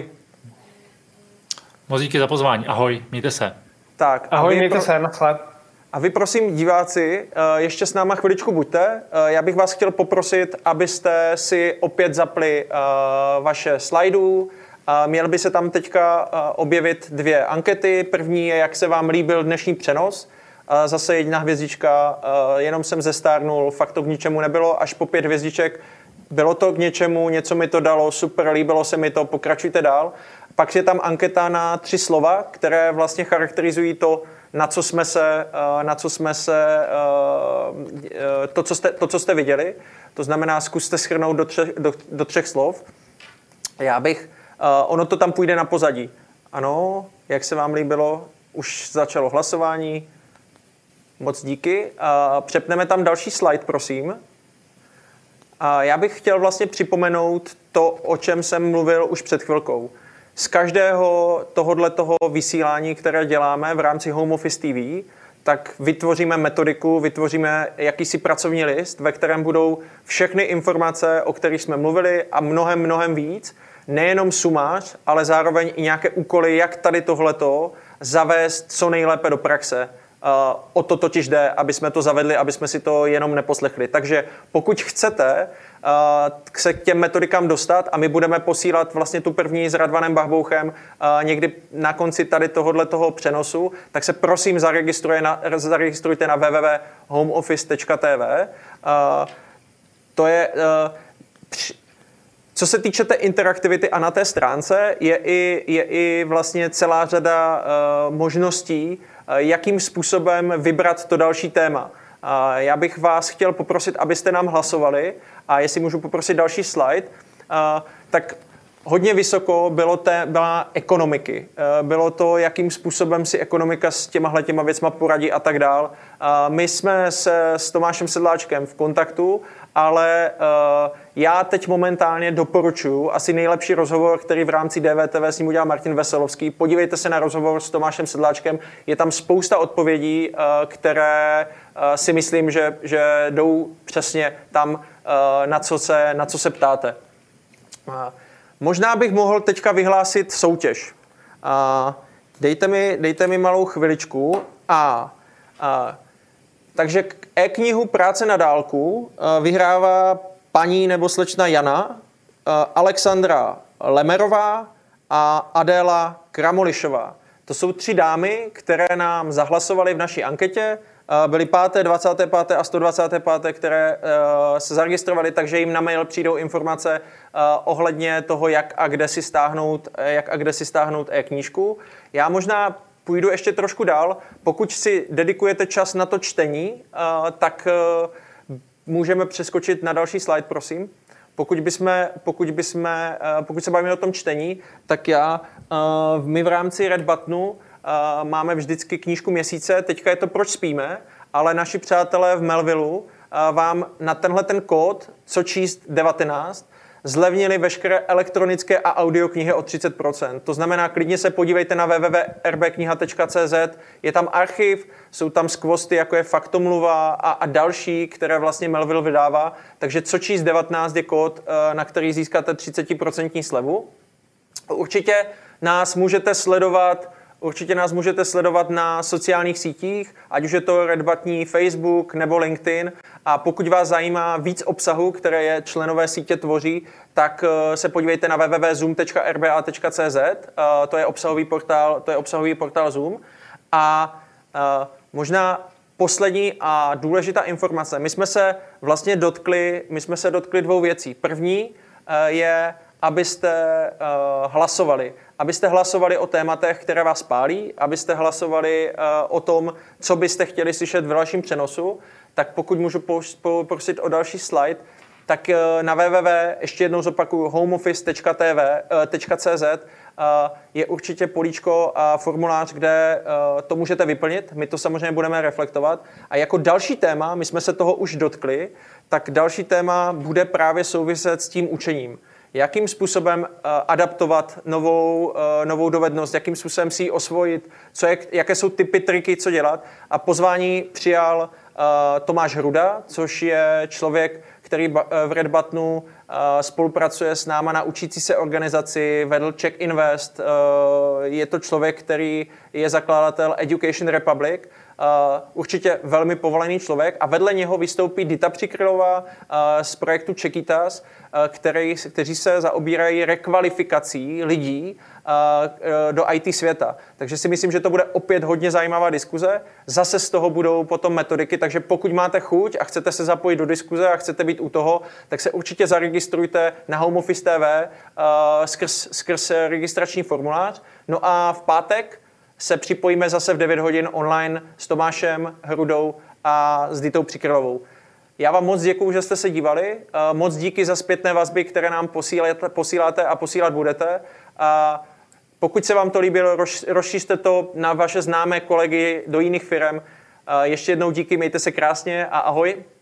Moc díky za pozvání, ahoj, mějte se. Tak, ahoj, mějte pro... se, naschle. A vy prosím, diváci, ještě s náma chviličku buďte. Já bych vás chtěl poprosit, abyste si opět zapli vaše slajdů. Měl by se tam teďka objevit dvě ankety. První je, jak se vám líbil dnešní přenos. Zase jedna hvězdička, jenom jsem zestárnul, fakt to k ničemu nebylo, až po pět hvězdiček. Bylo to k něčemu, něco mi to dalo, super, líbilo se mi to, pokračujte dál. Pak je tam anketa na tři slova, které vlastně charakterizují to, na co jsme se, na co jsme se to, co jste, to, co jste viděli. To znamená, zkuste shrnout do, třech, do, do třech slov. Já bych, ono to tam půjde na pozadí. Ano, jak se vám líbilo, už začalo hlasování. Moc díky. Přepneme tam další slide, prosím. Já bych chtěl vlastně připomenout to, o čem jsem mluvil už před chvilkou. Z každého tohoto vysílání, které děláme v rámci Home Office T V, tak vytvoříme metodiku, vytvoříme jakýsi pracovní list, ve kterém budou všechny informace, o kterých jsme mluvili a mnohem, mnohem víc. Nejenom sumář, ale zároveň i nějaké úkoly, jak tady tohleto zavést co nejlépe do praxe. Uh, o to totiž jde, aby jsme to zavedli, aby jsme si to jenom neposlechli. Takže pokud chcete uh, se k těm metodikám dostat a my budeme posílat vlastně tu první s Radvanem Bachbouchem uh, někdy na konci tady tohohle toho přenosu, tak se prosím zaregistruje na, zaregistrujte na w w w tečka homeoffice tečka t v. Uh, to je... Uh, při, Co se týče té interaktivity a na té stránce, je i, je i vlastně celá řada uh, možností, uh, jakým způsobem vybrat to další téma. Uh, já bych vás chtěl poprosit, abyste nám hlasovali a jestli můžu poprosit další slide, uh, tak hodně vysoko bylo té, byla ekonomiky. Uh, bylo to, jakým způsobem si ekonomika s těmahle těma věcma poradí a tak dál. Uh, my jsme se s Tomášem Sedláčkem v kontaktu, ale uh, já teď momentálně doporučuji asi nejlepší rozhovor, který v rámci D V T V s ním udělal Martin Veselovský. Podívejte se na rozhovor s Tomášem Sedláčkem. Je tam spousta odpovědí, uh, které uh, si myslím, že, že jdou přesně tam, uh, na, co se, na co se ptáte. Uh, možná bych mohl teďka vyhlásit soutěž. Uh, dejte mi, dejte mi malou chviličku a... Uh, Takže e-knihu Práce na dálku vyhrává paní nebo slečna Jana, Alexandra Lemerová a Adéla Kramolišová. To jsou tři dámy, které nám zahlasovaly v naší anketě. Byly páté, dvacáté páté a sto dvacáté páté, které se zaregistrovaly, takže jim na mail přijdou informace ohledně toho, jak a kde si stáhnout, jak a kde si stáhnout e-knížku. Já možná půjdu ještě trošku dál. Pokud si dedikujete čas na to čtení, tak můžeme přeskočit na další slide, prosím. Pokud, bychom, pokud, bychom, pokud se bavíme o tom čtení, tak já, my v rámci Red Buttonu máme vždycky knížku měsíce. Teďka je to Proč spíme, ale naši přátelé v Melvillu vám na tenhle ten kód, co číst devatenáct, zlevnili veškeré elektronické a audioknihy o třicet procent. To znamená, klidně se podívejte na w w w tečka r b kniha tečka c z, je tam archiv, jsou tam skvosty, jako je Faktomluva a, a další, které vlastně Melville vydává. Takže co číst devatenáct je kód, na který získáte třicet procent slevu. Určitě nás můžete sledovat Určitě nás můžete sledovat na sociálních sítích, ať už je to Red Button, Facebook nebo LinkedIn. A pokud vás zajímá víc obsahu, které je členové sítě tvoří, tak se podívejte na w w w tečka zoom tečka r b a tečka c z. To je obsahový portál, to je obsahový portál Zoom. A možná poslední a důležitá informace. My jsme se vlastně dotkli, my jsme se dotkli dvou věcí. První je, abyste hlasovali. Abyste hlasovali o tématech, které vás pálí, abyste hlasovali o tom, co byste chtěli slyšet v dalším přenosu. Tak pokud můžu poprosit o další slide, tak na www, ještě jednou zopakuju, homeoffice tečka cé zet je určitě políčko a formulář, kde to můžete vyplnit. My to samozřejmě budeme reflektovat. A jako další téma, my jsme se toho už dotkli, tak další téma bude právě souviset s tím učením. Jakým způsobem adaptovat novou, novou dovednost, jakým způsobem si ji osvojit, co je, jaké jsou typy, triky, co dělat. A pozvání přijal Tomáš Hruda, což je člověk, který v Red Buttonu spolupracuje s náma na učící se organizaci, vedl Czech Invest, je to člověk, který je zakladatel Education Republic, určitě velmi povolený člověk a vedle něho vystoupí Dita Přikrylová z projektu Czechitas, který, kteří se zaobírají rekvalifikací lidí do í té světa. Takže si myslím, že to bude opět hodně zajímavá diskuze. Zase z toho budou potom metodiky, takže pokud máte chuť a chcete se zapojit do diskuze a chcete být u toho, tak se určitě zaregistrujte na Home Office T V skrz, skrz registrační formulář. No a v pátek se připojíme zase v devět hodin online s Tomášem Hrudou a s Ditou Přikrylovou. Já vám moc děkuju, že jste se dívali. Moc díky za zpětné vazby, které nám posíláte, posíláte a posílat budete. A pokud se vám to líbilo, rozšířte to na vaše známé kolegy do jiných firem. Ještě jednou díky, mějte se krásně a ahoj.